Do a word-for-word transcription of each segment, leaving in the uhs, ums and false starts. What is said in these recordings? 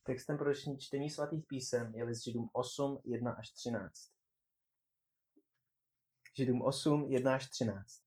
Textem pro dnešní čtení svatých písem je list Židům osm, jedna až třináct. Židům osm, jedna až třináct.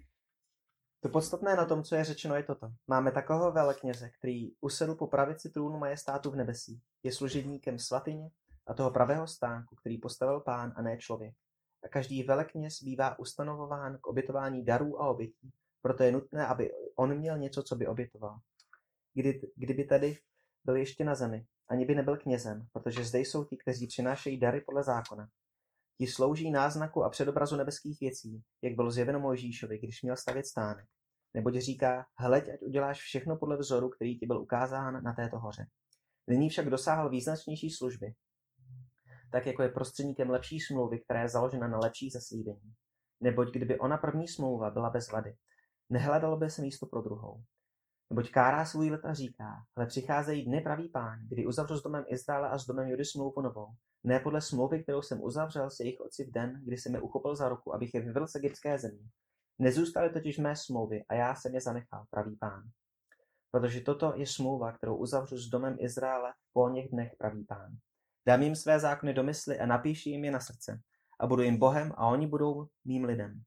To podstatné na tom, co je řečeno, je toto. Máme takového velekněze, který usedl po pravici trůnu majestátu v nebesí. Je služebníkem svatyně a toho pravého stánku, který postavil Pán a ne člověk. A každý velekněz bývá ustanovován k obětování darů a obětí, proto je nutné, aby on měl něco, co by obětoval. Kdy, kdyby tady byl ještě na zemi, ani by nebyl knězem, protože zde jsou ti, kteří přinášejí dary podle zákona. Ti slouží náznaku a předobrazu nebeských věcí, jak bylo zjeveno Mojžíšovi, když měl stavět stánek. Neboť říká, hleď, ať uděláš všechno podle vzoru, který ti byl ukázán na této hoře. Nyní však dosáhl význačnější služby, tak jako je prostředníkem lepší smlouvy, která je založena na lepších zaslíbení. Neboť kdyby ona první smlouva byla bez vady, nehledalo by se místo pro druhou. Neboť kárá svůj lid a říká, hle přicházejí dny, pravý Pán, kdy uzavřu s domem Izraele a s domem Judy smlouvu novou, ne podle smlouvy, kterou jsem uzavřel s jejich otci v den, kdy jsem je uchopil za ruku, abych je vyvedl z egyptské země. Nezůstaly totiž mé smlouvy a já jsem je zanechal, pravý Pán. Protože toto je smlouva, kterou uzavřu s domem Izraele po něch dnech, pravý Pán. Dám jim své zákony do mysli a napíši jim je na srdce. A budu jim Bohem a oni budou mým lidem.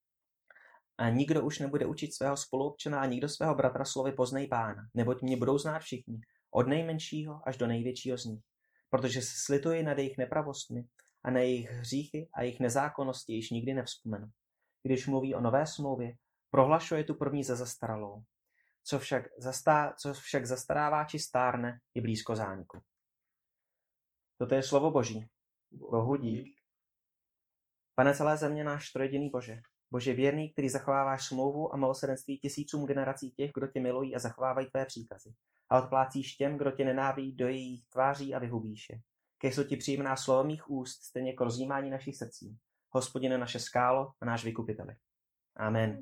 A nikdo už nebude učit svého spoluobčana a nikdo svého bratra slovy poznej Pána, neboť mě budou znát všichni, od nejmenšího až do největšího z nich. Protože se slituji nad jejich nepravostmi a na jejich hříchy a jejich nezákonnosti již nikdy nevzpomenu. Když mluví o nové smlouvě, prohlašuje tu první za zastaralou. Co však, zastá, co však zastarává či stárne, je blízko zániku. Toto je slovo Boží. Bohu dík. Pane celé země, náš trojjediný Bože, Bože věrný, který zachováváš smlouvu a milosrdenství tisícům generací těch, kdo tě milují a zachovávají tvé příkazy. A odplácíš těm, kdo tě nenávidí, do jejich tváří a vyhubíš je. Kež jsou ti příjemná slova mých úst, stejně jako rozjímání našich srdcí. Hospodine, naše skálo a náš vykupiteli. Amen.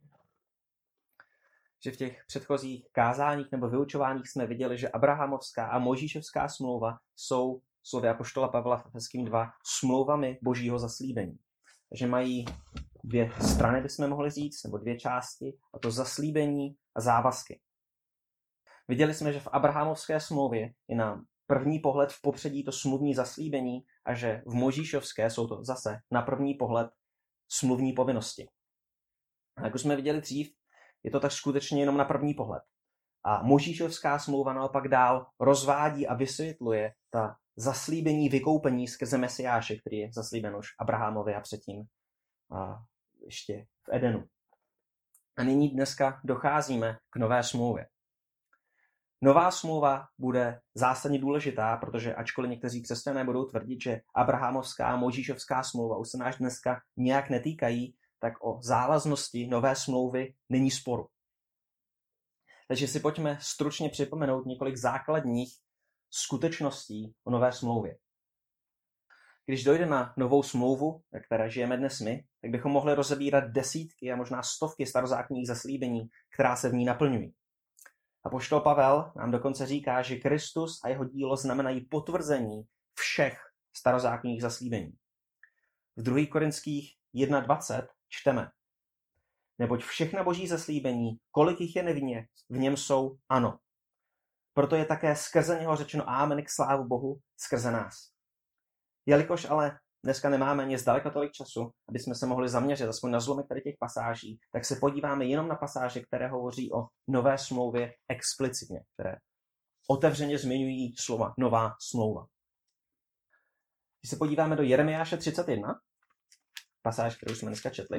Že v těch předchozích kázáních nebo vyučováních jsme viděli, že Abrahamovská a Mojžíšovská smlouva jsou slovy apoštola Pavla v Efeským dva smlouvami Božího zaslíbení. Takže mají dvě strany, bychom mohli říct, nebo dvě části, a to zaslíbení a závazky. Viděli jsme, že v Abrahamovské smlouvě je na první pohled v popředí to smluvní zaslíbení a že v Mojžíšovské jsou to zase na první pohled smluvní povinnosti. A jak už jsme viděli dřív, je to tak skutečně jenom na první pohled. A Mojžíšovská smlouva naopak dál rozvádí a vysvětluje ta zaslíbení vykoupení skrze Mesiáše, který je zaslíben už Abrahamovi a předtím a ještě v Edenu. A nyní dneska docházíme k nové smlouvě. Nová smlouva bude zásadně důležitá, protože ačkoliv někteří křesťané budou tvrdit, že Abrahamovská a Mojžíšovská smlouva už se nás dneska nějak netýkají, tak o závaznosti nové smlouvy není sporu. Takže si pojďme stručně připomenout několik základních skutečností o nové smlouvě. Když dojde na novou smlouvu, ve které žijeme dnes my, tak bychom mohli rozebírat desítky a možná stovky starozákonních zaslíbení, která se v ní naplňují. Apoštol Pavel nám dokonce říká, že Kristus a jeho dílo znamenají potvrzení všech starozákonních zaslíbení. V druhých Korinských jedna dvacet čteme: Neboť všechna boží zaslíbení, kolik jich je nevně, v něm jsou ano. Proto je také skrze něho řečeno ámen k slávu Bohu skrze nás. Jelikož ale dneska nemáme ani zdaleka tolik času, aby jsme se mohli zaměřit aspoň na zlomek tady těch pasáží, tak se podíváme jenom na pasáže, které hovoří o nové smlouvě explicitně, které otevřeně zmiňují slova nová smlouva. Když se podíváme do Jeremiáše třicet jedna, pasáž, kterou jsme dneska četli,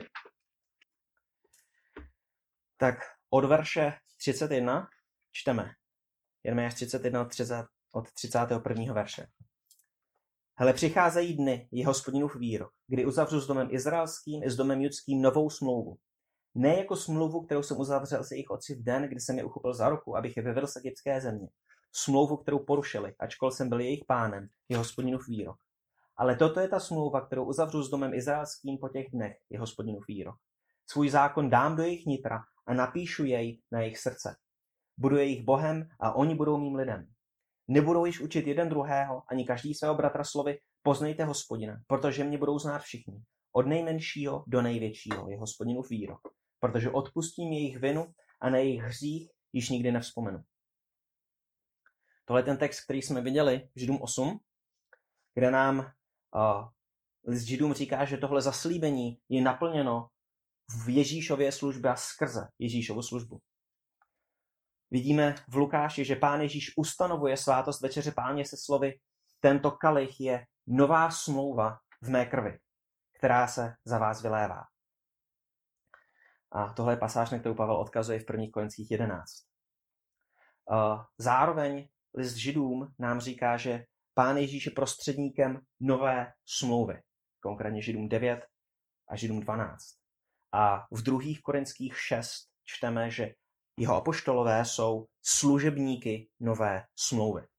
tak od verše třicet jedna čteme. Jeremiáš třicet jedna od třicátého prvního verše. Hele, přicházejí dny, je Hospodinův výrok, kdy uzavřu s domem izraelským i s domem judským novou smlouvu. Ne jako smlouvu, kterou jsem uzavřel se jejich otci v den, kdy jsem je uchopil za ruku, abych je vyvedl z egyptské země. Smlouvu, kterou porušili, ačkoliv jsem byl jejich pánem, je Hospodinův výrok. Ale toto je ta smlouva, kterou uzavřu s domem izraelským po těch dnech, je Hospodinův výrok. Svůj zákon dám do jejich nitra a napíšu jej na jejich srdce. Budu jejich Bohem a oni budou mým lidem. Nebudou již učit jeden druhého, ani každý svého bratra slovy, poznejte Hospodina, protože mě budou znát všichni. Od nejmenšího do největšího je Hospodinův výrok, protože odpustím jejich vinu a na jejich hřích již nikdy nevzpomenu. Tohle je ten text, který jsme viděli v Židům osm, kde nám uh, list Židům říká, že tohle zaslíbení je naplněno v Ježíšově službě a skrze Ježíšovu službu. Vidíme v Lukáši, že Pán Ježíš ustanovuje svátost večeře Páně se slovy: tento kalich je nová smlouva v mé krvi, která se za vás vylévá. A tohle je pasáž, na kterou Pavel odkazuje v prvních Korinských jedenáct. Zároveň list Židům nám říká, že Pán Ježíš je prostředníkem nové smlouvy, konkrétně Židům devět a Židům dvanáct. A v druhých Korinských šest čteme, že jeho apoštolové jsou služebníky nové smlouvy.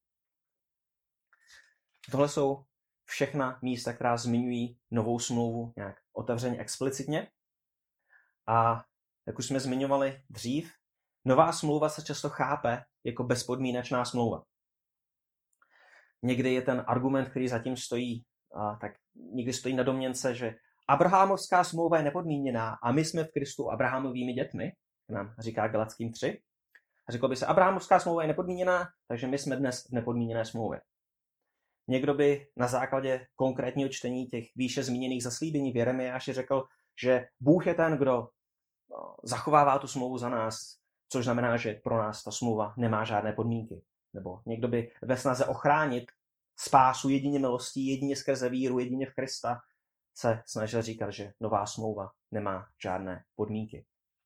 Tohle jsou všechna místa, která zmiňují novou smlouvu nějak otevřeně, explicitně. A jak už jsme zmiňovali dřív, nová smlouva se často chápe jako bezpodmínečná smlouva. Někdy je ten argument, který zatím stojí, a tak někdy stojí na domněnce, že Abrahamovská smlouva je nepodmíněná a my jsme v Kristu Abrahamovými dětmi, nám říká Galatským tři. A řeklo by se, Abrahamovská smlouva je nepodmíněná, takže my jsme dnes v nepodmíněné smlouvě. Někdo by na základě konkrétního čtení těch výše zmíněných zaslíbení v Jeremiáši řekl, že Bůh je ten, kdo zachovává tu smlouvu za nás, což znamená, že pro nás ta smlouva nemá žádné podmínky. Nebo někdo by ve snaze ochránit spásu jedině milostí, jedině skrze víru, jedině v Krista, se snažil říkat, že nová smlouva nemá žádné podmínky.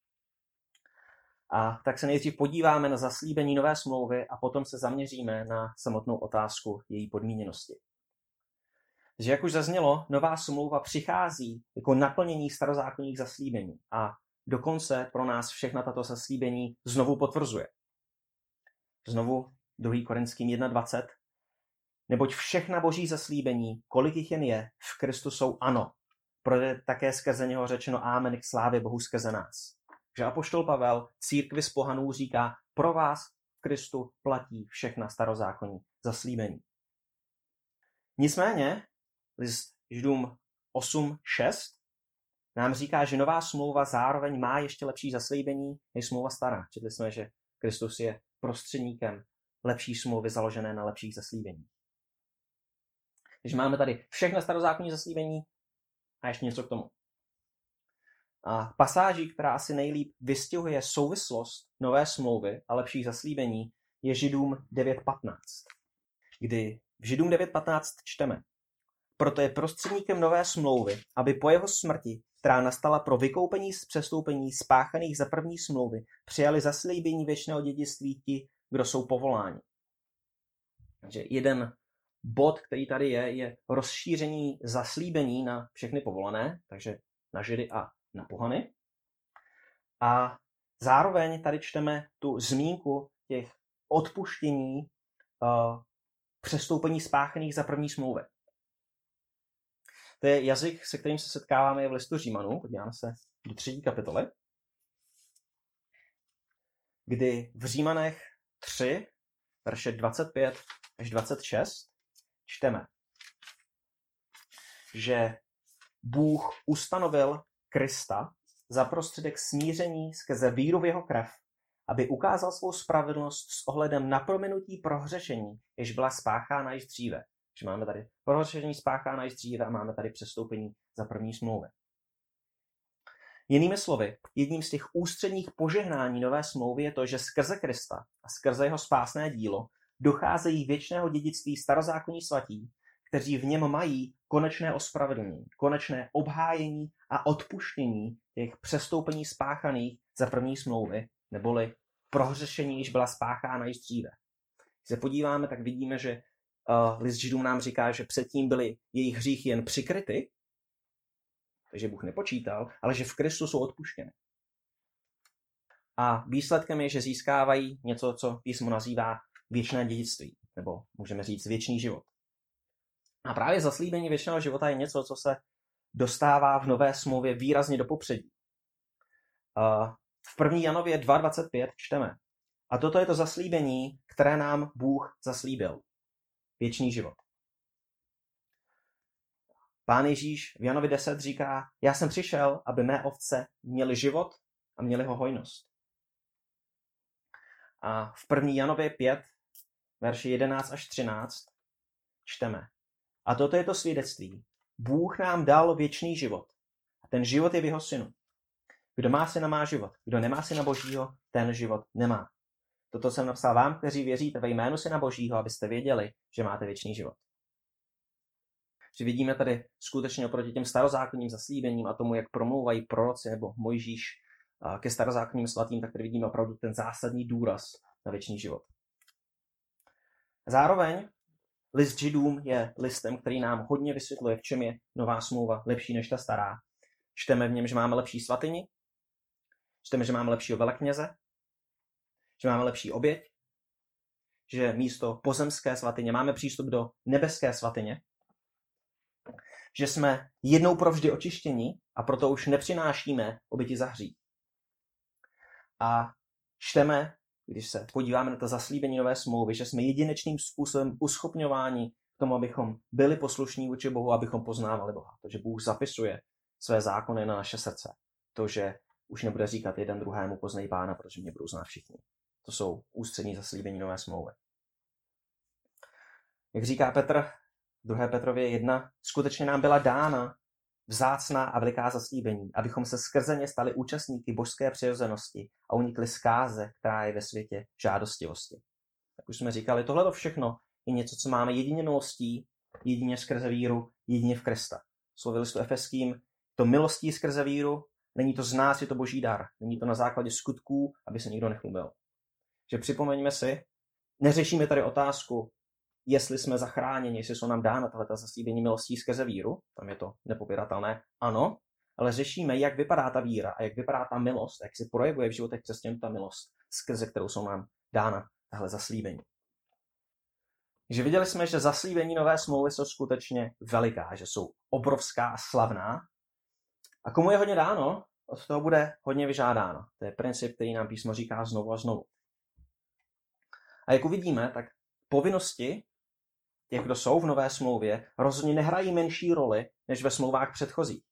A tak se nejdřív podíváme na zaslíbení nové smlouvy a potom se zaměříme na samotnou otázku její podmíněnosti. Že jak už zaznělo, nová smlouva přichází jako naplnění starozákonních zaslíbení a dokonce pro nás všechna tato zaslíbení znovu potvrzuje. Znovu druhý Korinským jedna dvacet. Neboť všechna boží zaslíbení, kolik jich jen je, v Kristu jsou ano. Proto je také skrze něho řečeno ámen k slávě Bohu skrze nás. Že apoštol Pavel církvi z pohanů říká, pro vás v Kristu platí všechna starozákonní zaslíbení. Nicméně, list Židům osm šest nám říká, že nová smlouva zároveň má ještě lepší zaslíbení než smlouva stará. Četli jsme, že Kristus je prostředníkem lepší smlouvy založené na lepších zaslíbení. Takže máme tady všechna starozákonní zaslíbení a ještě něco k tomu. A pasáží, která asi nejlíp vystihuje souvislost nové smlouvy a lepších zaslíbení, je Židům devět patnáct, kdy v Židům devět patnáct čteme: proto je prostředníkem nové smlouvy, aby po jeho smrti, která nastala pro vykoupení z přestoupení spáchaných za první smlouvy, přijali zaslíbení věčného dědictví ti, kdo jsou povoláni. Takže jeden bod, který tady je, je rozšíření zaslíbení na všechny povolané, takže na Židy a na pohany. A zároveň tady čteme tu zmínku těch odpuštění uh, přestoupení spáchaných za první smlouvy. To je jazyk, se kterým se setkáváme v listu Římanů. Podíváme se do třetí kapitoly, kdy v Římanech tři, verše dvacet pět až dvacet šest, čteme, že Bůh ustanovil Krista za prostředek smíření skrze víru v jeho krev, aby ukázal svou spravedlnost s ohledem na prominutí prohřešení, jež byla spáchána již dříve. Že máme tady prohřešení spáchána již dříve a máme tady přestoupení za první smlouvy. Jinými slovy, jedním z těch ústředních požehnání nové smlouvy je to, že skrze Krista a skrze jeho spásné dílo docházejí věčného dědictví starozákonní svatí, kteří v něm mají konečné ospravedlnění, konečné obhájení a odpuštění těch přestoupení spáchaných za první smlouvy, neboli prohřešení, již byla spáchána již dříve. Když se podíváme, tak vidíme, že uh, list Židům nám říká, že předtím byly jejich hříchy jen přikryty, takže Bůh nepočítal, ale že v Kristu jsou odpuštěny. A výsledkem je, že získávají něco, co písmo nazývá věčné dědictví, nebo můžeme říct věčný život. A právě zaslíbení věčného života je něco, co se dostává v nové smlouvě výrazně do popředí. V první Janově dva dvacet pět čteme: a toto je to zaslíbení, které nám Bůh zaslíbil. Věčný život. Pán Ježíš v Janovi deset říká: já jsem přišel, aby mé ovce měly život a měly ho hojnost. A v první Janově pět, verši jedenáct až třináct, čteme. A toto je to svědectví. Bůh nám dal věčný život. A ten život je v jeho synu. Kdo má syna, má život. Kdo nemá syna Božího, ten život nemá. Toto jsem napsal vám, kteří věříte ve jménu syna Božího, abyste věděli, že máte věčný život. Že vidíme tady skutečně oproti těm starozákonním zaslíbením a tomu, jak promlouvají proroci nebo Mojžíš ke starozákonním svatým, tak tady vidíme opravdu ten zásadní důraz na věčný život. Zároveň list Židům je listem, který nám hodně vysvětluje, v čem je nová smlouva lepší než ta stará. Čteme v něm, že máme lepší svatyni, čteme, že máme lepšího velekněze, že máme lepší oběť, že místo pozemské svatyně máme přístup do nebeské svatyně, že jsme jednou provždy očištěni a proto už nepřinášíme oběti za hřích. A čteme, když se podíváme na to zaslíbení nové smlouvy, že jsme jedinečným způsobem uschopňováni k tomu, abychom byli poslušní vůči Bohu, abychom poznávali Boha. To, že Bůh zapisuje své zákony na naše srdce. To, že už nebude říkat jeden druhému poznej Pána, protože mě budou znát všichni. To jsou ústřední zaslíbení nové smlouvy. Jak říká Petr v druhé Petrově jedna, skutečně nám byla dána vzácná a veliká zaslíbení, abychom se skrze ně stali účastníky božské přirozenosti a unikli zkáze, která je ve světě žádostivosti. Jak už jsme říkali, tohle všechno je něco, co máme jedině milostí, jedině skrze víru, jedině v Krista. Slovy listu Efeským, to milostí skrze víru, není to z nás, je to boží dar. Není to na základě skutků, aby se nikdo nechlubil. Že připomeňme si, neřešíme tady otázku, jestli jsme zachráněni, jestli jsou nám dána tato zaslíbení milostí skrze víru, tam je to nepopiratelné, ano, ale řešíme, jak vypadá ta víra a jak vypadá ta milost, jak se projevuje v životech křesťanů ta milost, skrze kterou jsou nám dána tahle zaslíbení. Takže viděli jsme, že zaslíbení nové smlouvy jsou skutečně veliká, že jsou obrovská a slavná. A komu je hodně dáno, od toho bude hodně vyžádáno. To je princip, který nám písmo říká znovu a znovu. A jak uvidíme, tak povinnosti těch, kdo jsou v nové smlouvě, rozhodně nehrají menší roli, než ve smlouvách předchozích.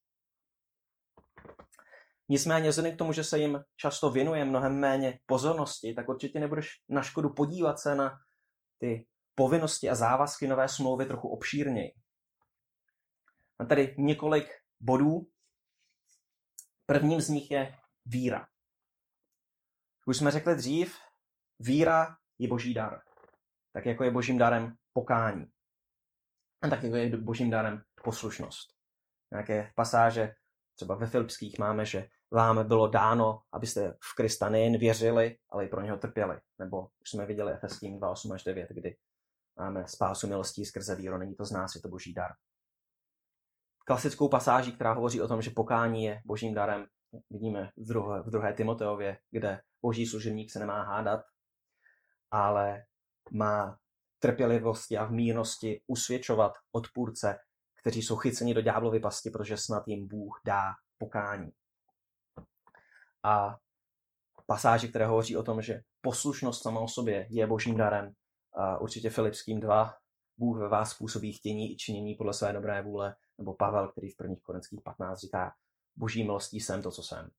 Nicméně vzhledem k tomu, že se jim často věnuje mnohem méně pozornosti, tak určitě nebudeš na škodu podívat se na ty povinnosti a závazky nové smlouvy trochu obšírněji. Mám tady několik bodů. Prvním z nich je víra. Už jsme řekli dřív, víra je boží dar. Tak jako je božím darem pokání. A tak jako je božím darem poslušnost. Nějaké pasáže, třeba ve Filipských máme, že vám bylo dáno, abyste v Krista nejen věřili, ale i pro něho trpěli. Nebo už jsme viděli Efeským dva osm až devět, kdy máme spásu milostí skrze víru, není to z nás, je to boží dar. Klasickou pasáží, která hovoří o tom, že pokání je božím darem, vidíme v druhé, v druhé Timoteově, kde boží služebník se nemá hádat, ale má trpělivosti a v mírnosti usvědčovat odpůrce, kteří jsou chyceni do ďáblovy pasti, protože snad jim Bůh dá pokání. A pasáže, které hovoří o tom, že poslušnost sama o sobě je božím darem, a určitě Filipským dva, Bůh ve vás způsobí chtění i činění podle své dobré vůle, nebo Pavel, který v prvních Korinských patnáct říká, boží milostí jsem to, co jsem.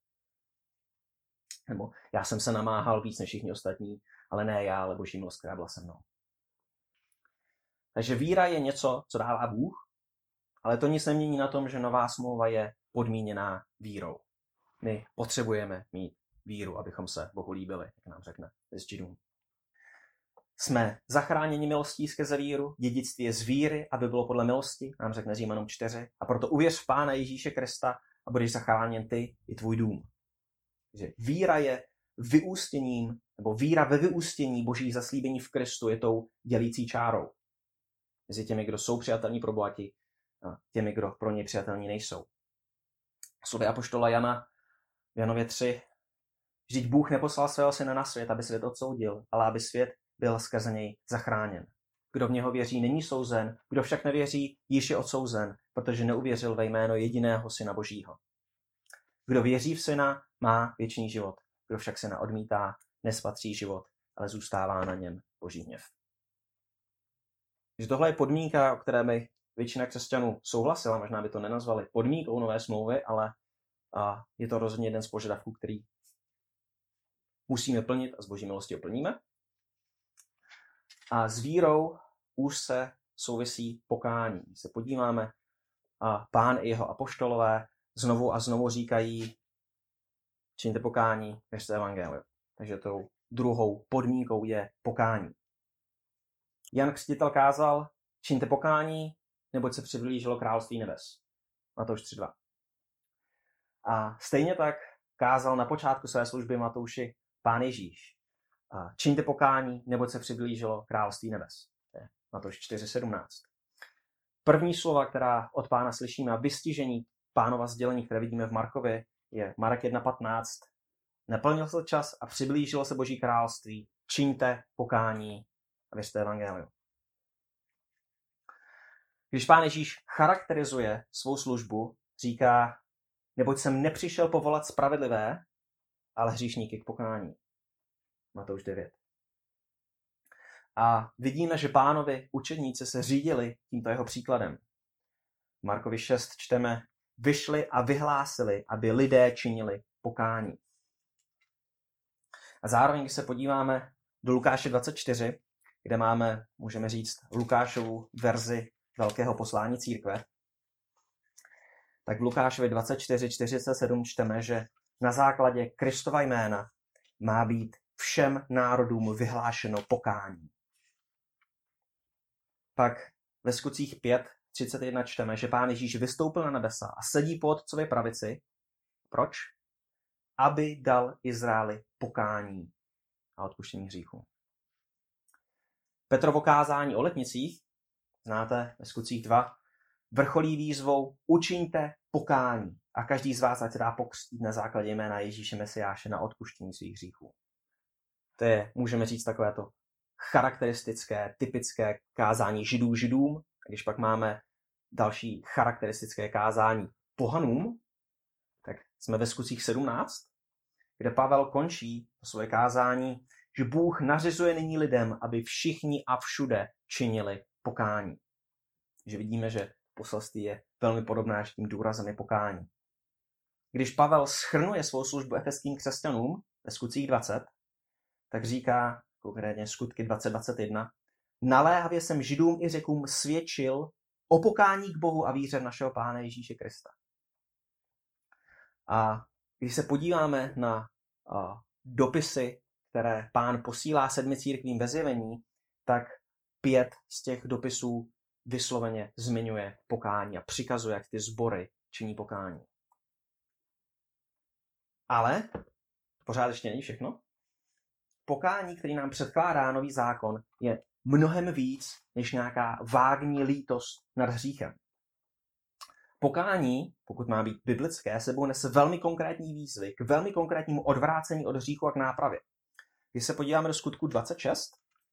Nebo já jsem se namáhal víc než všichni ostatní, ale ne já, ale boží milost, která byla se mnou. Takže víra je něco, co dává Bůh, ale to nic nemění na tom, že nová smlouva je podmíněná vírou. My potřebujeme mít víru, abychom se Bohu líbili, jak nám řekne list Židům. Jsme zachráněni milostí skrze víru, dědictví je z víry, aby bylo podle milosti, nám řekne Římanům čtyři, a proto uvěř v Pána Ježíše Krista a budeš zachráněn ty i tvůj dům. Takže víra je vyústěním, nebo víra ve vyústění božích zaslíbení v Kristu je tou dělící čárou. Mezi těmi, kdo jsou přijatelní pro Boha, a těmi, kdo pro ně přijatelní nejsou. Slovy apoštola Jana v Janově tři. Vždyť Bůh neposlal svého syna na svět, aby svět odsoudil, ale aby svět byl skrze něj zachráněn. Kdo v něho věří, není souzen, kdo však nevěří, již je odsouzen, protože neuvěřil ve jméno jediného syna Božího. Kdo věří v syna, má věčný život. Kdo však syna odmítá, nespatří život, ale zůstává na něm Boží hněv. Takže tohle je podmínka, o které by většina křesťanů souhlasila, možná by to nenazvali podmínkou nové smlouvy, ale a je to rozhodně jeden z požadavků, který musíme plnit a z boží milosti ho plníme. A s vírou úzce souvisí pokání. Když se podíváme, a Pán i jeho apoštolové znovu a znovu říkají, čiňte pokání, věřte evangeliu. Takže tou druhou podmínkou je pokání. Jan Křtitel kázal, čiňte pokání, neboť se přiblížilo království nebes. Matouš tři dva. A stejně tak kázal na počátku své služby Matouši Pán Ježíš. A čiňte pokání, neboť se přiblížilo království nebes. To je Matouš čtyři sedmnáct. První slova, která od Pána slyšíme a vystižení Pánova sdělení, které vidíme v Markově, je Marek jedna patnáct. Naplnil se čas a přiblížilo se Boží království. Čiňte pokání a věřte evangeliu. Když Pán Ježíš charakterizuje svou službu, říká, neboť jsem nepřišel povolat spravedlivé, ale hříšníky k pokání. Matouš devět. A vidíme, že Pánovi učedníci se řídili tímto jeho příkladem. V Markovi šest čteme, vyšli a vyhlásili, aby lidé činili pokání. A zároveň, když se podíváme do Lukáše dvacet čtyři, kde máme, můžeme říct, Lukášovu verzi velkého poslání církve, tak v Lukášovi dvacet čtyři čtyřicet sedm čteme, že na základě Kristova jména má být všem národům vyhlášeno pokání. Pak ve Skutcích pět třicet jedna čteme, že Pán Ježíš vystoupil na nebesa a sedí po Otcově pravici. Proč? Aby dal Izraeli pokání a odpuštění hříchu. Petrovo kázání o letnicích, znáte ve Skutcích dva, vrcholí výzvou učiňte pokání a každý z vás ať se dá pokřtít na základě jména Ježíše Mesiáše na odpuštění svých hříchů. To je, můžeme říct, takové to charakteristické, typické kázání židů židům. A když pak máme další charakteristické kázání pohanům, tak jsme ve Skutcích sedmnáct, kde Pavel končí svoje kázání, že Bůh nařizuje nyní lidem, aby všichni a všude činili pokání. Že vidíme, že poselství je velmi podobné, že tím důrazem je pokání. Když Pavel shrnuje svou službu efeským křesťanům ve Skutcích dvacet, tak říká, konkrétně Skutky dvacet dvacet jedna, naléhavě jsem Židům i Řekům svědčil o pokání k Bohu a víře v našeho Pána Ježíše Krista. A když se podíváme na uh, dopisy, které Pán posílá sedmi církvím ve zjevení, tak pět z těch dopisů vysloveně zmiňuje pokání a přikazuje, jak ty sbory činí pokání. Ale pořád ještě není všechno. Pokání, který nám předkládá nový zákon, je mnohem víc než nějaká vágní lítost nad hříchem. Pokání, pokud má být biblické, sebou nese velmi konkrétní výzvy k velmi konkrétnímu odvrácení od hříchu a k nápravě. Když se podíváme do Skutku dvacet šest,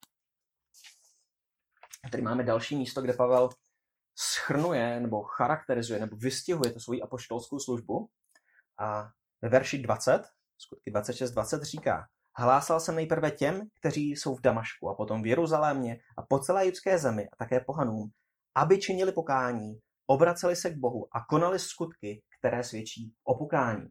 tady máme další místo, kde Pavel shrnuje nebo charakterizuje nebo vystihuje tu svoji apoštolskou službu. A ve verši dvacet, Skutky dvacet šest dvacet říká, hlásal jsem nejprve těm, kteří jsou v Damašku a potom v Jeruzalémě a po celé judské zemi a také pohanům, aby činili pokání, obraceli se k Bohu a konali skutky, které svědčí o pokání.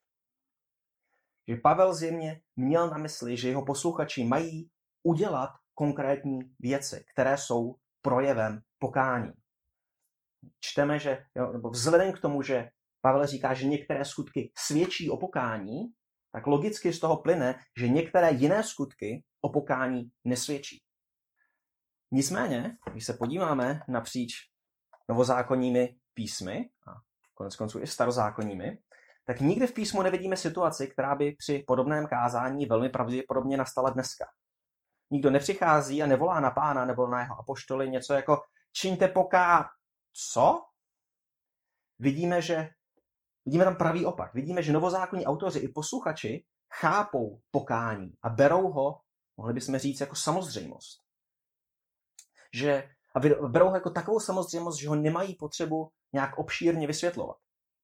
Že Pavel zjevně měl na mysli, že jeho posluchači mají udělat konkrétní věci, které jsou projevem pokání. Čteme, že jo, nebo vzhledem k tomu, že Pavel říká, že některé skutky svědčí o pokání, tak logicky z toho plyne, že některé jiné skutky o pokání nesvědčí. Nicméně, když se podíváme napříč novozákonními písmy, a konec konců i starozákonními, tak nikdy v písmu nevidíme situaci, která by při podobném kázání velmi pravděpodobně nastala dneska. Nikdo nepřichází a nevolá na Pána nebo na jeho apoštoly něco jako čiňte poká... Co? Vidíme, že vidíme tam pravý opak. Vidíme, že novozákonní autoři i posluchači chápou pokání a berou ho, mohli bychom říct, jako samozřejmost. Že, a berou ho jako takovou samozřejmost, že ho nemají potřebu nějak obšírně vysvětlovat.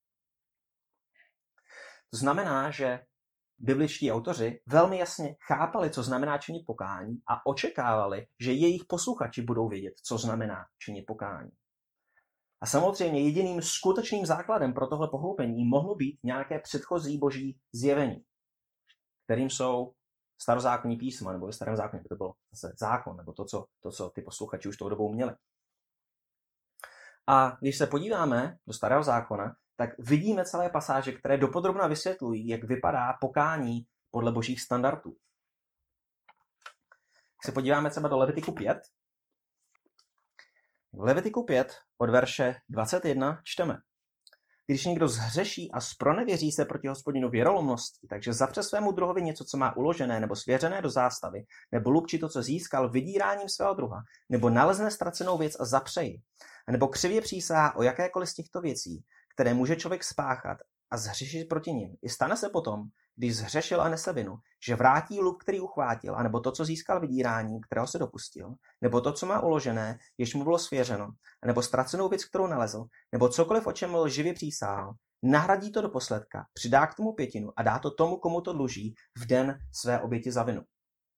To znamená, že bibličtí autoři velmi jasně chápali, co znamená činit pokání a očekávali, že jejich posluchači budou vědět, co znamená činit pokání. A samozřejmě jediným skutečným základem pro tohle pochopení mohlo být nějaké předchozí boží zjevení, kterým jsou starozákonní písma, nebo ve starém zákoně, to byl zase zákon, nebo to, co, to, co ty posluchači už tou dobou měli. A když se podíváme do starého zákona, tak vidíme celé pasáže, které dopodrobna vysvětlují, jak vypadá pokání podle božích standardů. Když se podíváme třeba do Levitiku pět, v Levitiku pět od verše dvacet jedna čteme: Když někdo zhřeší a zpronevěří se proti Hospodinu věrolomností, takže zapře svému druhovi něco, co má uložené nebo svěřené do zástavy, nebo lupči to, co získal vydíráním svého druha, nebo nalezne ztracenou věc a zapře ji, nebo křivě přísahá o jakékoliv z těchto věcí, které může člověk spáchat a zhřešit proti nim. I stane se potom, když zhřešil a nese vinu, že vrátí lup, který uchvátil, anebo to, co získal vydíráním, kterého se dopustil, nebo to, co má uložené, jež mu bylo svěřeno, nebo ztracenou věc, kterou nalezl, nebo cokoliv, o čem lživě přísahal, nahradí to do posledka, přidá k tomu pětinu a dá to tomu, komu to dluží, v den své oběti za vinu.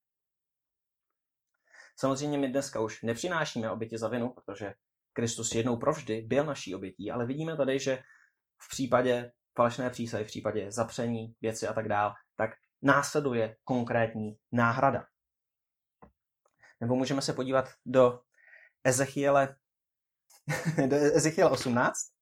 Samozřejmě my dneska už nepřinášíme oběti za vinu, protože Kristus jednou provždy byl naší obětí, ale vidíme tady, že v případě falešné přísahy, v případě zapření věci a tak dál, tak následuje konkrétní náhrada. Nebo můžeme se podívat do Ezechiele, do Ezechiele osmnáct.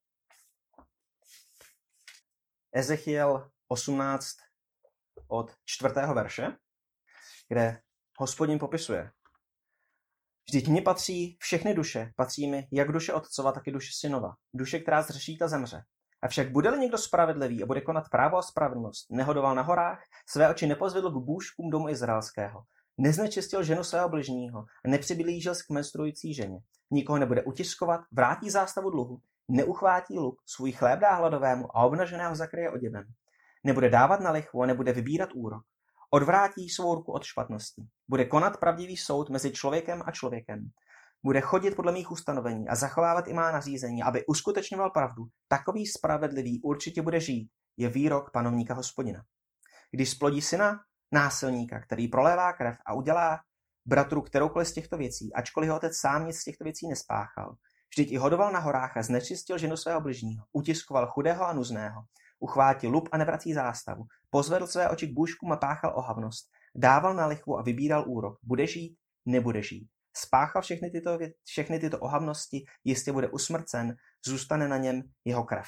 Ezechiel osmnáct od čtvrtého verše, kde Hospodin popisuje: Vždyť mně patří všechny duše, patří mi jak duše otcova, tak i duše synova. Duše, která zřeší, ta zemře. Avšak bude-li někdo spravedlivý a bude konat právo a spravedlnost, nehodoval na horách, své oči nepozvedl k bůžkům domu izraelského, neznečistil ženu svého bližního a nepřiblížil k menstruující ženě, nikoho nebude utiskovat, vrátí zástavu dluhu, neuchvátí luk, svůj chléb dá hladovému a obnaženého zakryje oděvem, nebude dávat na lichvu a nebude vybírat úrok, odvrátí svou ruku od špatnosti, bude konat pravdivý soud mezi člověkem a člověkem, bude chodit podle mých ustanovení a zachovávat i má nařízení, aby uskutečňoval pravdu, takový spravedlivý určitě bude žít, je výrok panovníka Hospodina. Když splodí syna násilníka, který prolévá krev a udělá bratru kteroukoliv z těchto věcí, ačkoliv ho otec sám nic z těchto věcí nespáchal, vždyť i hodoval na horách a znečistil ženu svého bližního, utiskoval chudého a nuzného, uchvátil lup a nevrací zástavu, pozvedl své oči k bůžkům a páchal ohavnost, dával na lichvu a vybíral úrok, bude žít, nebude žít. Spáchal všechny tyto, všechny tyto ohavnosti, jistě bude usmrcen, zůstane na něm jeho krev.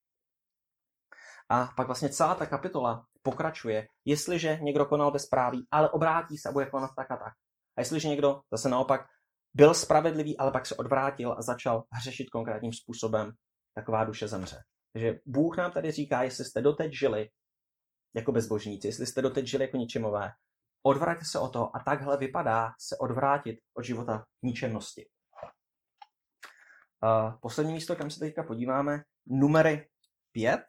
A pak vlastně celá ta kapitola pokračuje, jestliže někdo konal bezpráví, ale obrátí se a bude konat tak a tak. A jestliže někdo zase naopak byl spravedlivý, ale pak se odvrátil a začal hřešit konkrétním způsobem, taková duše zemře. Takže Bůh nám tady říká, jestli jste doteď žili jako bezbožníci, jestli jste doteď žili jako ničemové, odvráťte se o to a takhle vypadá se odvrátit od života ničemnosti. Uh, poslední místo, kam se teďka podíváme, Numery pět,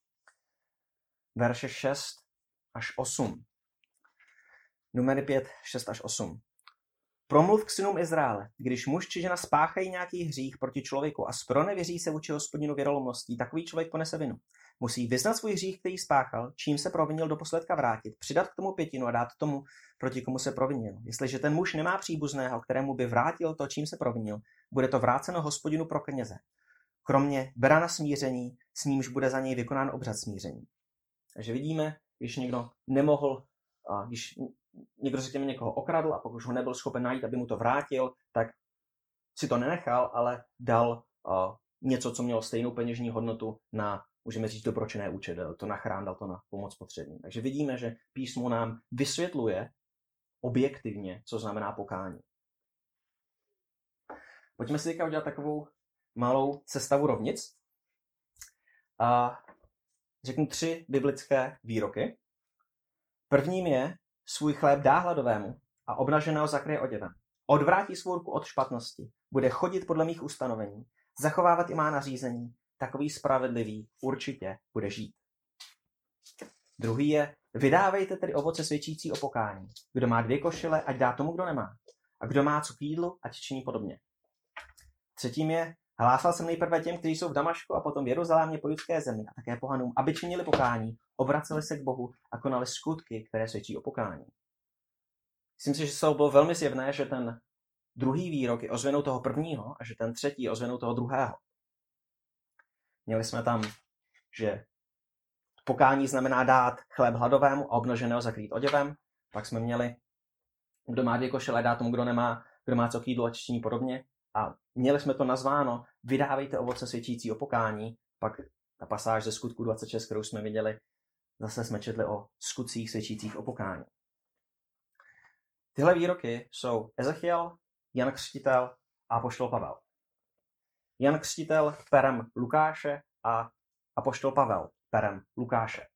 verše šest až osm. Numery pět, šest až osm. Promluv k synům Izraele, když muž či žena spáchají nějaký hřích proti člověku a zpronevěří se vůči Hospodinu věrolomností, takový člověk ponese vinu. Musí vyznat svůj hřích, který spáchal, čím se provinil, do posledka vrátit, přidat k tomu pětinu a dát tomu, proti komu se provinil. Jestliže ten muž nemá příbuzného, kterému by vrátil to, čím se provinil, bude to vráceno Hospodinu pro kněze. Kromě berana smíření, s nímž bude za něj vykonán obřad smíření. Takže vidíme, když někdo nemohl, a když někdo řekněme někoho okradl a pokud ho nebyl schopen najít, aby mu to vrátil, tak si to nenechal, ale dal uh, něco, co mělo stejnou peněžní hodnotu na, můžeme říct, dobročinné účely, dal to na chrám, dal to na pomoc potřebným. Takže vidíme, že písmo nám vysvětluje objektivně, co znamená pokání. Pojďme si teďka udělat takovou malou sestavu rovnic. A řeknu tři biblické výroky. Prvním je, svůj chléb dá hladovému a obnaženého zakryje oděvem. Odvrátí svou ruku od špatnosti, bude chodit podle mých ustanovení, zachovávat i má nařízení, takový spravedlivý určitě bude žít. Druhý je, vydávejte tedy ovoce svědčící o pokání. Kdo má dvě košile, ať dá tomu, kdo nemá. A kdo má co k jídlu, ať činí podobně. Třetím je, hlásal jsem nejprve těm, kteří jsou v Damašku a potom v Jeruzalémě po judské zemi a také pohanům, aby činili pokání, obraceli se k Bohu a konali skutky, které svědčí o pokání. Myslím si, že to bylo velmi zjevné, že ten druhý výrok je ozvěnou toho prvního a že ten třetí je ozvěnou toho druhého. Měli jsme tam, že pokání znamená dát chléb hladovému a obnaženého zakrýt oděvem. Pak jsme měli, kdo má dvě košile, dá tomu, kdo nemá, kdo má co k jídlu a čištění podobně. A měli jsme to nazváno, vydávejte ovoce svědčící o pokání. Pak ta pasáž ze Skutků dvacet šest, kterou jsme viděli, zase jsme četli o skutcích svědčících o pokání. Tyhle výroky jsou Ezechiel, Jan Křtitel a apoštol Pavel. Jan Křtitel perem Lukáše a apoštol Pavel perem Lukáše.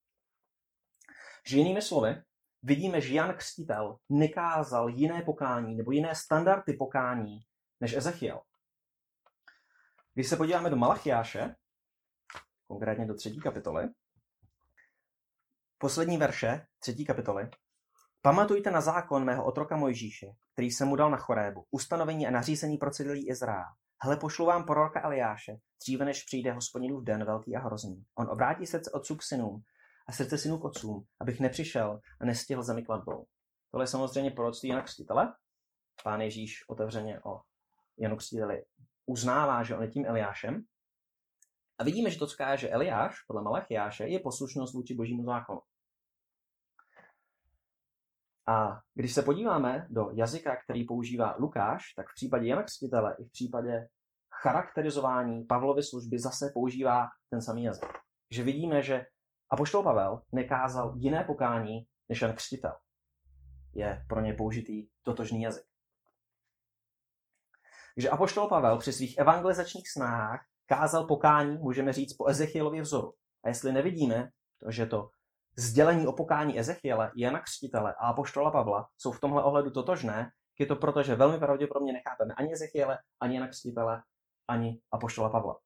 Že jinými slovy, vidíme, že Jan Křtitel nekázal jiné pokání nebo jiné standardy pokání než Ezechiel. Když se podíváme do Malachiáše, konkrétně do třetí kapitoly, poslední verše třetí kapitoly, pamatujte na zákon mého otroka Mojžíše, který jsem mu dal na Chorébu, ustanovení a nařízení pro celý Izrael. Hle, pošlu vám proroka Eliáše, dříve než přijde Hospodinův den velký a hrozný. On obrátí srdce otců k synům a srdce synů k otcům, abych nepřišel a nestihl zemi klatbou. Tohle je samozřejmě proroctví Jana Křtitele. Pán Ježíš otevřeně o Janu Křtiteli uznává, že on je tím Eliášem. A vidíme, že to, co káže Eliáš, podle Malachiáše, je poslušnost vůči božímu zákonu. A když se podíváme do jazyka, který používá Lukáš, tak v případě Jana Křtitele i v případě charakterizování Pavlovy služby zase používá ten samý jazyk. Že vidíme, že apoštol Pavel nekázal jiné pokání než Jan Křtitel. Je pro ně použitý totožný jazyk. Takže apoštol Pavel při svých evangelizačních snahách kázal pokání, můžeme říct, po Ezechielově vzoru. A jestli nevidíme, že to sdělení o pokání Ezechiele, Jana Křtitele a apoštola Pavla jsou v tomhle ohledu totožné, je to proto, že velmi pravděpodobně nechápeme ani Ezechiele, ani Jana Křtitele, ani apoštola Pavla.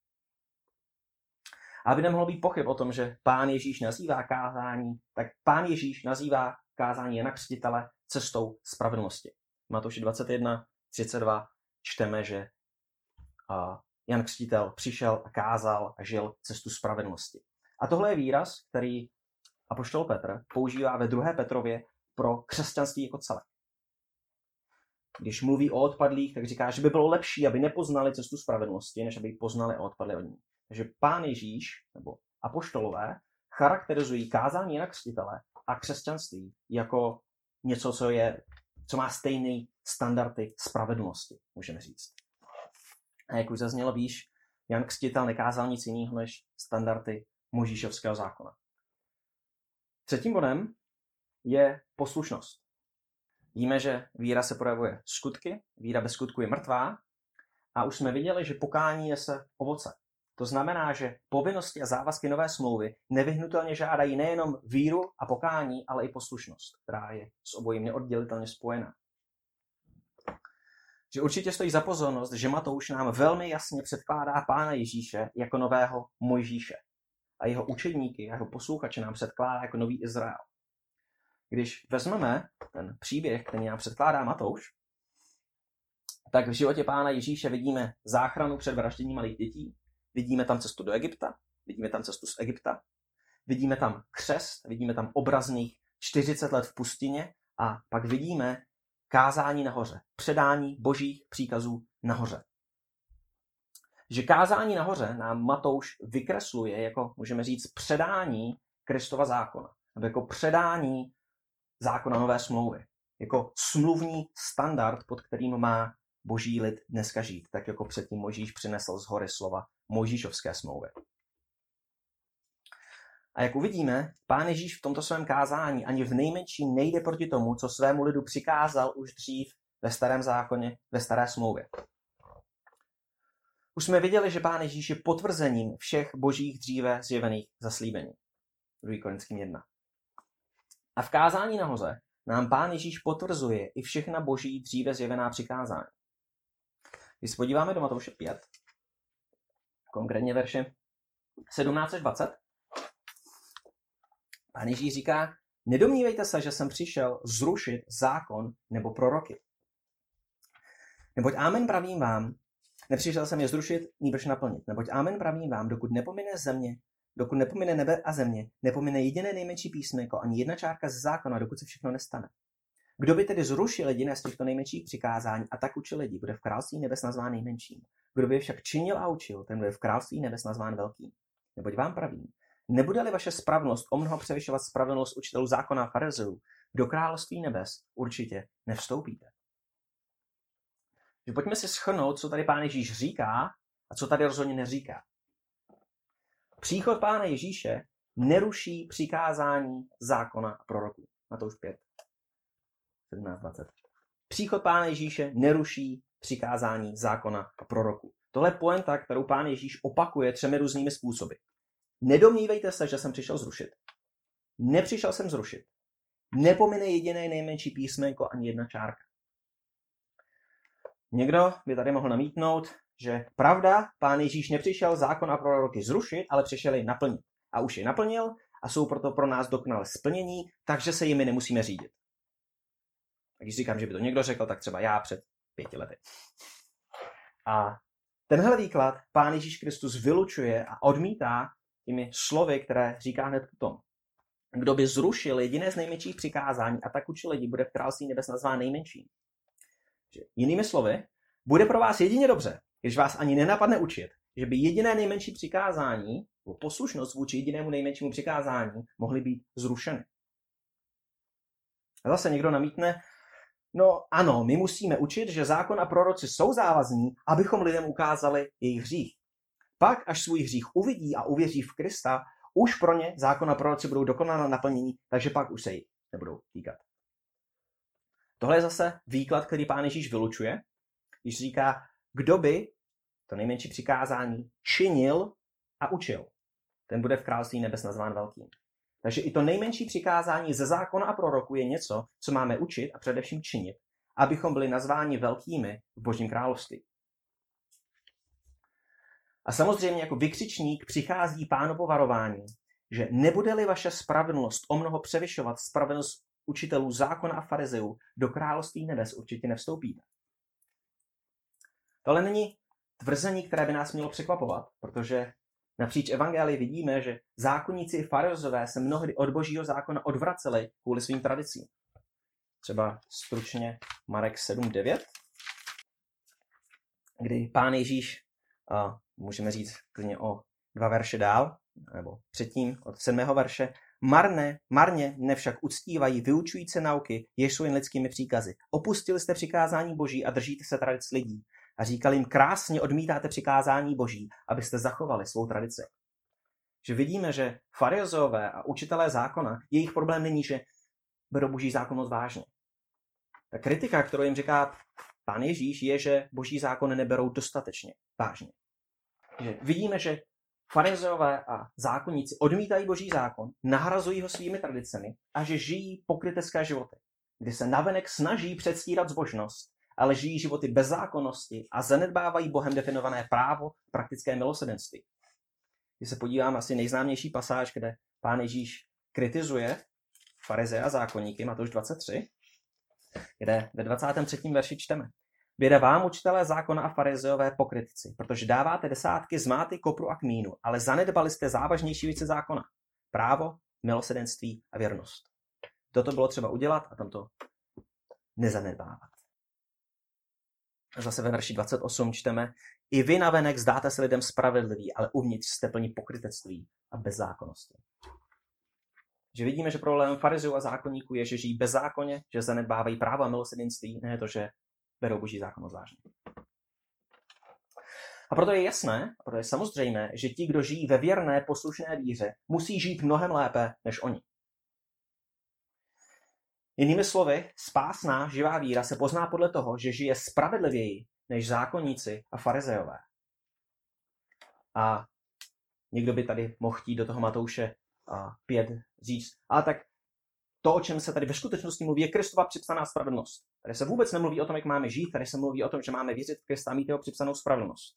Aby nemohlo být pochyb o tom, že Pán Ježíš nazývá kázání, tak Pán Ježíš nazývá kázání Jana Křtitele cestou spravedlnosti. Matouši dvacet jedna třicet dva čteme, že Jan Křtitel přišel a kázal a žil cestu spravedlnosti. A tohle je výraz, který apoštol Petr používá ve druhé Petrově pro křesťanství jako celek. Když mluví o odpadlých, tak říká, že by bylo lepší, aby nepoznali cestu spravedlnosti, než aby ji poznali a odpadli od ní. Takže Pán Ježíš, nebo apoštolové, charakterizují kázání Jana Křtitele a křesťanství jako něco, co, je, co má stejný standardy spravedlnosti, můžeme říct. A jak už zaznělo výš, Jan Křtitel nekázal nic jiného než standardy Mojžíšovského zákona. Třetím bodem je poslušnost. Víme, že víra se projevuje skutky, víra bez skutku je mrtvá a už jsme viděli, že pokání je se ovoce. To znamená, že povinnosti a závazky nové smlouvy nevyhnutelně žádají nejenom víru a pokání, ale i poslušnost, která je s obojím neoddělitelně spojená. Že určitě stojí za pozornost, že Matouš nám velmi jasně předkládá Pána Ježíše jako nového Mojžíše a jeho učedníky, jeho posluchače nám předkládá jako nový Izrael. Když vezmeme ten příběh, který nám předkládá Matouš, tak v životě Pána Ježíše vidíme záchranu před vražděním malých dětí, vidíme tam cestu do Egypta, vidíme tam cestu z Egypta, vidíme tam křest, vidíme tam obrazných čtyřicet let v pustině a pak vidíme kázání nahoře, předání božích příkazů nahoře. Že kázání nahoře nám Matouš vykresluje jako, můžeme říct, předání Kristova zákona, nebo jako předání zákona nové smlouvy, jako smluvní standard, pod kterým má boží lid dneska žít, tak jako předtím Mojžíš přinesl z hory slova Mojžíšovské smlouvy. A jak uvidíme, Pán Ježíš v tomto svém kázání ani v nejmenším nejde proti tomu, co svému lidu přikázal už dřív ve starém zákoně, ve staré smlouvě. Už jsme viděli, že Pán Ježíš je potvrzením všech božích dříve zjevených zaslíbení. druhý Korinským jedna. A v kázání nahoře nám Pán Ježíš potvrzuje i všechna boží dříve zjevená přikázání. Když se podíváme do Matouše pět, konkrétně verše sedmnáct až dvacet, Pán Ježíš říká, nedomnívejte se, že jsem přišel zrušit zákon nebo proroky. Neboť amen pravím vám, nepřišel jsem je zrušit, nýbrž naplnit. Neboť amen pravím vám, dokud nepomine země, dokud nepomine nebe a země, nepomine jediné nejmenší písmenko, ani jedna čárka ze zákona, dokud se všechno nestane. Kdo by tedy zrušil jediné z těchto nejmenších přikázání a tak učil lidi, bude v království nebes nazván nejmenším. Kdo by je však činil a učil, ten bude v království nebes nazván velkým. Neboť vám pravím, nebude-li vaše spravedlnost o mnoho převyšovat spravedlnost učitelů zákona a farizeů, do království nebes určitě nevstoupíte. Pojďme si shrnout, co tady Pán Ježíš říká a co tady rozhodně neříká. Příchod Pána Ježíše neruší přikázání zákona a proroků. Matouš pět, sedmnáct dvacet. Příchod Pána Ježíše neruší přikázání zákona a proroků. Tohle je pointa, kterou Pán Ježíš opakuje třemi různými způsoby. Nedomnívejte se, že jsem přišel zrušit. Nepřišel jsem zrušit. Nepomine jediné nejmenší písmenko ani jedna čárka. Někdo by tady mohl namítnout, že pravda, Pán Ježíš nepřišel zákon a proroky zrušit, ale přišel je naplnit. A už je naplnil a jsou proto pro nás dokonale splnění, takže se jimi nemusíme řídit. A když říkám, že by to někdo řekl, tak třeba já před pěti lety. A tenhle výklad Pán Ježíš Kristus vylučuje a odmítá těmi slovy, které říká hned potom. Kdo by zrušil jediné z nejmenších přikázání a tak učil lidi, bude v království nebes nazván nejmenším. Jinými slovy, bude pro vás jedině dobře, když vás ani nenapadne učit, že by jediné nejmenší přikázání, nebo poslušnost vůči jedinému nejmenšímu přikázání, mohly být zrušeny. A zase někdo namítne, no ano, my musíme učit, že zákon a proroci jsou závazní, abychom lidem ukázali jejich hřích. Pak, až svůj hřích uvidí a uvěří v Krista, už pro ně zákon a proroci budou dokonale naplnění, takže pak už se jich nebudou týkat. Tohle je zase výklad, který Pán Ježíš vylučuje, když říká, kdo by to nejmenší přikázání činil a učil. Ten bude v království nebes nazván velkým. Takže i to nejmenší přikázání ze zákona a proroku je něco, co máme učit a především činit, abychom byli nazváni velkými v Božím království. A samozřejmě jako vykřičník přichází Pánovo varování, že nebude-li vaše spravedlnost o mnoho převyšovat spravedlnost učitelů zákona a farizeů, do království nebes určitě nevstoupíte. Tohle není tvrzení, které by nás mělo překvapovat, protože napříč evangelii vidíme, že zákonníci i farizové se mnohdy od Božího zákona odvraceli kvůli svým tradicím. Třeba stručně Marek sedm devět, kdy Pán Ježíš, a můžeme říct klidně o dva verše dál, nebo předtím od sedmého verše, Marné, marně mne však uctívají vyučující nauky, jež jsou jen lidskými příkazy. Opustili jste přikázání Boží a držíte se tradic lidí. A říkal jim, krásně odmítáte přikázání Boží, abyste zachovali svou tradici. Že vidíme, že farizeové a učitelé zákona, jejich problém není, že berou Boží zákon moc vážně. Ta kritika, kterou jim říká Pán Ježíš, je, že Boží zákon neberou dostatečně vážně. Že vidíme, že farizeové a zákonníci odmítají Boží zákon, nahrazují ho svými tradicemi a že žijí pokrytecké životy, kdy se navenek snaží předstírat zbožnost, ale žijí životy bezzákonnosti a zanedbávají Bohem definované právo praktické milosrdenství. Když se podívám asi nejznámější pasáž, kde Pán Ježíš kritizuje farizeje a zákonníky, Matouš dvacet tři, kde ve dvacátém třetím verši čteme. Běda vám, učitelé zákona a farizeové pokrytci, protože dáváte desátky z máty, kopru a kmínu, ale zanedbali jste závažnější věci zákona. Právo, milosrdenství a věrnost. Toto bylo třeba udělat a tam to nezanedbávat. Zase ve verši dvacet osm čteme, i vy navenek zdáte se lidem spravedliví, ale uvnitř jste plní pokrytectví a bezzákonnosti. Že vidíme, že problém farizeů a zákonníků je, že žijí bezzákonně, že zanedbávají právo a milosrdenství, ne to, že berou Boží zákon vážně. A proto je jasné, a proto je samozřejmé, že ti, kdo žijí ve věrné, poslušné víře, musí žít mnohem lépe než oni. Jinými slovy, spásná živá víra se pozná podle toho, že žije spravedlivěji než zákonníci a farizeové. A někdo by tady mohl chtít do toho Matouše pět říct, ale tak to, o čem se tady ve skutečnosti mluví, je Kristova připsaná spravedlnost. Tady se vůbec nemluví o tom, jak máme žít, tady se mluví o tom, že máme věřit v Krista a mít jeho připsanou spravedlnost.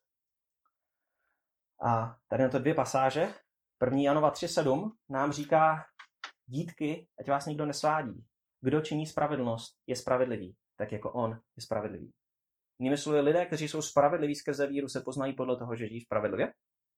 A tady na to dvě pasáže. První Janova tři sedm nám říká, dítky, ať vás nikdo nesvádí. Kdo činí spravedlnost, je spravedlivý, tak jako on je spravedlivý. Jinými slovy, lidé, kteří jsou spravedliví skrze víru, se poznají podle toho, že žijí spravedlivě.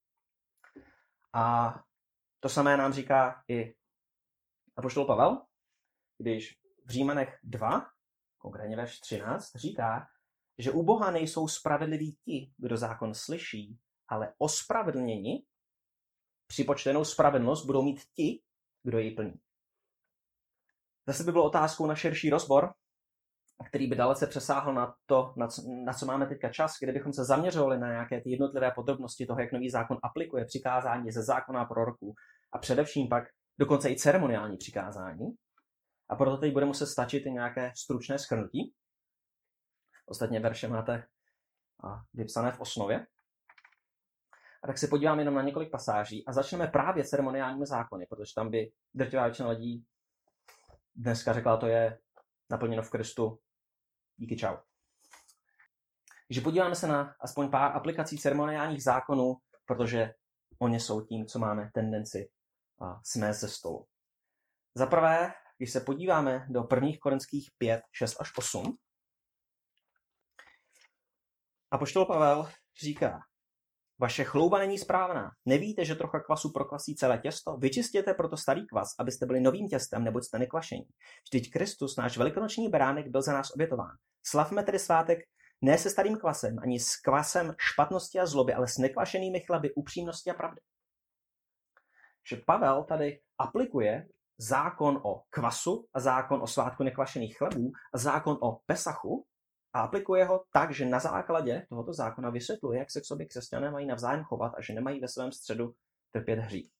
A to samé nám říká i apoštol Pavel, když v Římanech dva, konkrétně verš třináct, říká, že u Boha nejsou spravedliví ti, kdo zákon slyší, ale ospravedlněni, připočtenou spravedlnost budou mít ti, kdo ji plní. Zase by bylo otázkou na širší rozbor, který by dalece přesáhl na to, na co, na co máme teďka čas, kde bychom se zaměřovali na nějaké ty jednotlivé podrobnosti toho, jak nový zákon aplikuje přikázání ze zákona proroků a především pak dokonce i ceremoniální přikázání. A proto teď bude muset stačit i nějaké stručné shrnutí. Ostatně verše máte vypsané v osnově. A tak se podíváme jenom na několik pasáží a začneme právě ceremoniálními zákony, protože tam by drtivá většina lidí dneska řekla, to je naplněno v Kristu. Díky, čau. Takže podíváme se na aspoň pár aplikací ceremoniálních zákonů, protože oni jsou tím, co máme tendenci smést ze stolu. Za prvé, když se podíváme do prvních Korinských pět, šest až osm, apoštol Pavel říká, vaše chlouba není správná. Nevíte, že trocha kvasu prokvasí celé těsto? Vyčistěte proto starý kvas, abyste byli novým těstem, neboť jste nekvašení. Vždyť Kristus, náš velikonoční beránek, byl za nás obětován. Slavme tedy svátek ne se starým kvasem, ani s kvasem špatnosti a zloby, ale s nekvašenými chleby upřímnosti a pravdy. Že Pavel tady aplikuje zákon o kvasu a zákon o svátku nekvašených chlebů a zákon o Pesachu, a aplikuje ho tak, že na základě tohoto zákona vysvětluje, jak se k sobě křesťané mají navzájem chovat a že nemají ve svém středu trpět hřích.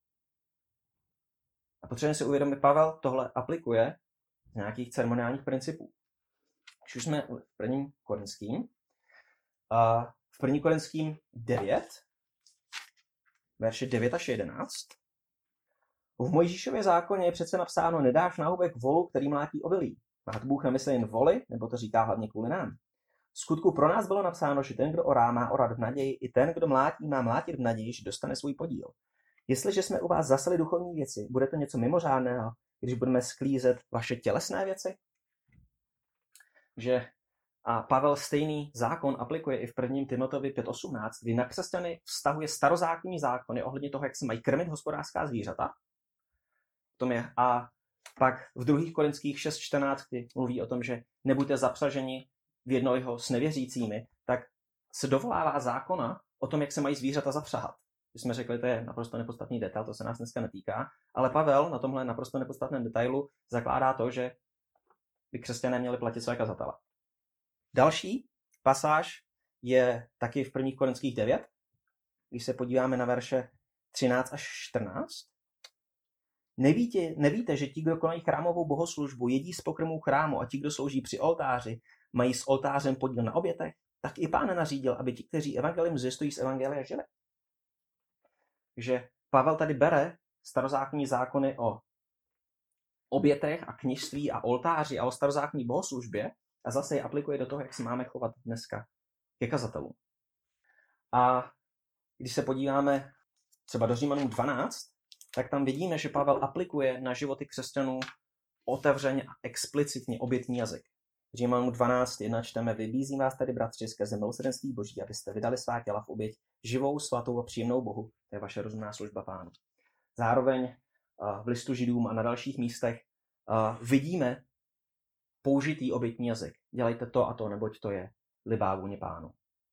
A potřebujeme si uvědomit, Pavel tohle aplikuje z nějakých ceremoniálních principů. Když už jsme v prvním Korinským, a v prvním Korinským devět, verše devět až jedenáct, v Mojžíšově zákoně je přece napsáno, nedáš na hubek volu, který mlátí obilí. Má Bůh na mysli jen voli, nebo to říká hlavně kvůli nám? V skutku pro nás bylo napsáno, že ten, kdo orá, má orat v naději, i ten, kdo mlátí, má mlátit v naději, že dostane svůj podíl. Jestliže jsme u vás zaseli duchovní věci, bude to něco mimořádného, když budeme sklízet vaše tělesné věci? Že a Pavel stejný zákon aplikuje i v prvním Timoteovi pět osmnáct, kdy na křesťany vztahuje starozákonní zákony ohledně toho, jak se mají krmit hospodářská zvířata. To je a pak v druhých Korinských šest čtrnáct, kdy mluví o tom, že nebuďte zapřaženi v jednoho s nevěřícími, tak se dovolává zákona o tom, jak se mají zvířata zapřahat. Když jsme řekli, to je naprosto nepodstatný detail, to se nás dneska netýká, ale Pavel na tomhle naprosto nepodstatném detailu zakládá to, že by křesťané měli platit své kazatele. Další pasáž je taky v prvních Korinských devět, když se podíváme na verše třináct až čtrnáct. Nevíte, nevíte, že ti, kdo konají chrámovou bohoslužbu, jedí z pokrmů chrámu a ti, kdo slouží při oltáři, mají s oltářem podíl na obětech? Tak i Pán nařídil, aby ti, kteří evangelium zvěstují, z evangelia žili. Takže Pavel tady bere starozákonní zákony o obětech a kněžství a oltáři a o starozákonní bohoslužbě a zase je aplikuje do toho, jak se máme chovat dneska ke kazatelům. A když se podíváme třeba do Římanům dvanáct, tak tam vidíme, že Pavel aplikuje na životy křesťanů otevřeně a explicitně obětní jazyk. V Římanům dvanáct jedna čteme, vybízím vás tedy, bratři, skrze milosrdenství Boží, abyste vydali svá těla v oběť živou, svatou a příjemnou Bohu. To je vaše rozumná služba Pánu. Zároveň v listu Židům a na dalších místech vidíme použitý obětní jazyk. Dělejte to a to, neboť to je libá vůně Pánu.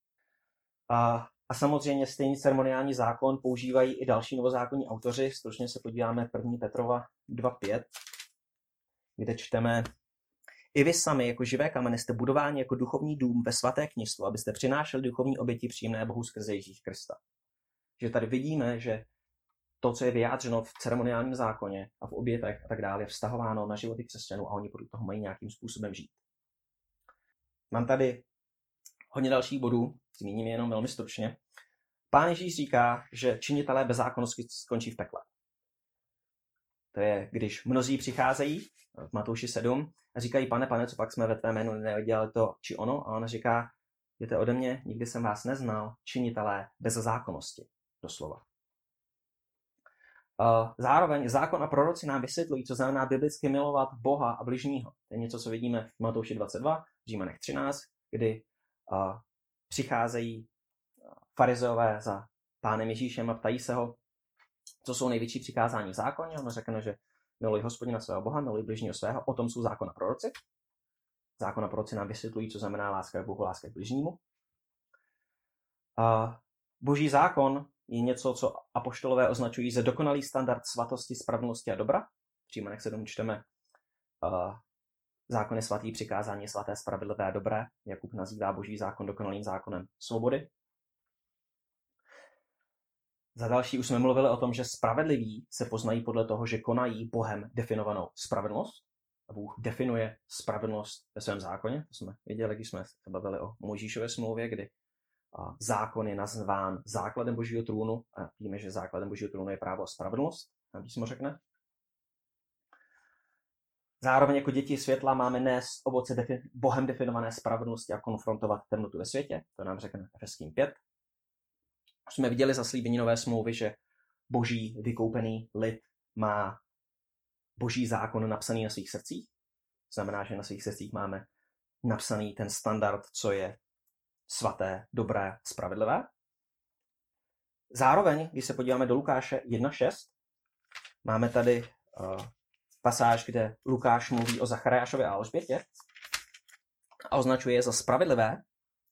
A A samozřejmě stejný ceremoniální zákon používají i další novozákonní autoři. Stručně se podíváme první Petrova dva pět, kde čteme, i vy sami jako živé kameny jste budováni jako duchovní dům ve svaté kněžstvu, abyste přinášeli duchovní oběti příjemné Bohu skrze Ježíš Krista. Že tady vidíme, že to, co je vyjádřeno v ceremoniálním zákoně a v obětech a tak dále, je vztahováno na životy křesťanů a oni podle toho mají nějakým způsobem žít. Mám tady hodně dalších bodů, zmíním jenom velmi stručně. Pán Ježíš říká, že činitelé bezzákonnosti skončí v pekle. To je, když mnozí přicházejí v Matouši sedm a říkají, pane, pane, co pak jsme ve tvé jménu nedělali to či ono? A on říká, jděte ode mě, nikdy jsem vás neznal, činitelé bezzákonnosti, doslova. Zároveň zákon a proroci nám vysvětlují, co znamená biblicky milovat Boha a bližního. To je něco, co vidíme v Matouši dvacet dva, v Římanech třináct, kdy uh, přicházejí farizeové za pánem Ježíšem a ptají se ho, co jsou největší přikázání v zákoně. On řekne, že miluj Hospodina svého Boha, miluj bližního svého, o tom jsou zákon a proroci. Zákon a proroci nám vysvětlují, co znamená láska k Bohu, láska k bližnímu. Uh, Boží zákon je něco, co apoštolové označují za dokonalý standard svatosti, spravedlnosti a dobra. V Římanech sedm čteme, uh, zákon je svatý, přikázání je svaté, spravedlivé a dobré. Jakub nazývá boží zákon dokonalým zákonem svobody. Za další už jsme mluvili o tom, že spravedliví se poznají podle toho, že konají Bohem definovanou spravedlnost. A Bůh definuje spravedlnost ve svém zákoně. To jsme viděli, když jsme se bavili o Mojžíšově smlouvě, kdy zákon je nazván základem božího trůnu. A víme, že základem božího trůnu je právo a spravedlnost. Nám písmo řekne. Zároveň jako děti světla máme nést ovoce defi- Bohem definované spravedlnosti a konfrontovat temnotu ve světě. To nám řekne Efeským pět. Jsme viděli zaslíbení nové smlouvy, že boží vykoupený lid má boží zákon napsaný na svých srdcích. Znamená, že na svých srdcích máme napsaný ten standard, co je svaté, dobré, spravedlivé. Zároveň, když se podíváme do Lukáše jedna šest, máme tady uh, pasáž, kde Lukáš mluví o Zachariášovi a Alžbětě a označuje je za spravedlivé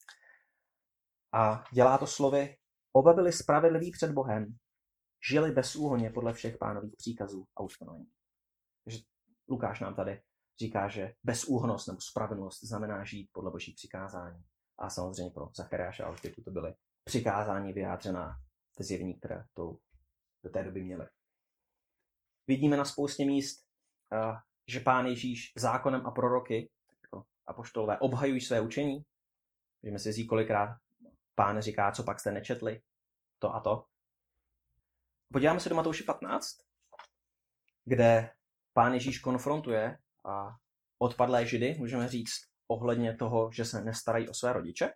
a dělá to slovy: oba byli spravedliví před Bohem, žili bezúhonně podle všech pánových příkazů a ustanovení. Takže Lukáš nám tady říká, že bezúhonnost nebo spravedlnost znamená žít podle božích přikázání. A samozřejmě pro Zachariáše a Alžbětu to byly přikázání vyjádřená ve zjevení, které to do té doby měly. Vidíme na spoustě míst, že Pán Ježíš zákonem a proroky, jako apoštolové, obhajují své učení. Můžeme si říct, kolikrát Pán říká, co pak jste nečetli, to a to. Podíváme se do Matouše patnáct, kde Pán Ježíš konfrontuje a odpadlé Židy, můžeme říct, ohledně toho, že se nestarají o své rodiče.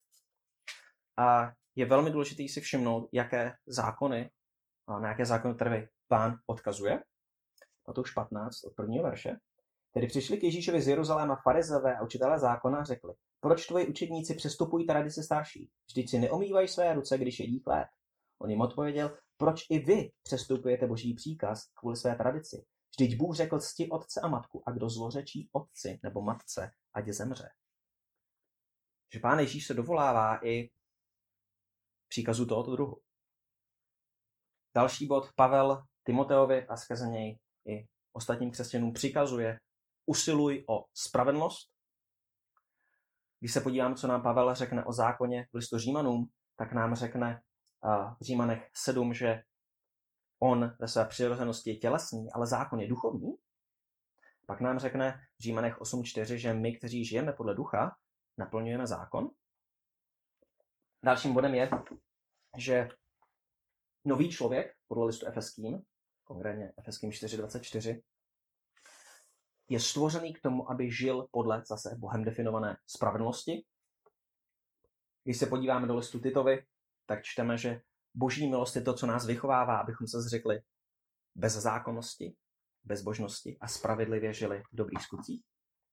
A je velmi důležité si všimnout, jaké zákony, a na jaké zákony které Pán odkazuje. Matouš patnáct od prvního verše. Tedy přišli k Ježíšovi z Jeruzaléma farizeové a učitelé zákona a řekli: proč tvoji učedníci přestupují tradice starší? Vždyť si neomývají své ruce, když jedí chléb. On jim odpověděl: proč i vy přestupujete boží příkaz kvůli své tradici? Vždyť Bůh řekl: cti otce a matku, a kdo zlořečí otci nebo matce, ať zemře. Že Pán Ježíš se dovolává i příkazu tohoto druhu. Další bod: Pavel Timoteovi a skrze něj i ostatním křesťanům přikazuje: usiluj o spravedlnost. Když se podíváme, co nám Pavel řekne o zákoně v listu Římanům, tak nám řekne v Římanech sedm, že on ve své přirozenosti je tělesný, ale zákon je duchovní. Pak nám řekne v Římanech osm čtyři, že my, kteří žijeme podle ducha, naplňujeme zákon. Dalším bodem je, že nový člověk, podle listu Efeským, konkrétně Efeským čtyři dvacet čtyři, je stvořený k tomu, aby žil podle zase Bohem definované spravedlnosti. Když se podíváme do listu Titovi, tak čteme, že boží milost je to, co nás vychovává, abychom se zřekli bez zákonnosti, bezbožnosti a spravedlivě žili v dobrých skutcích.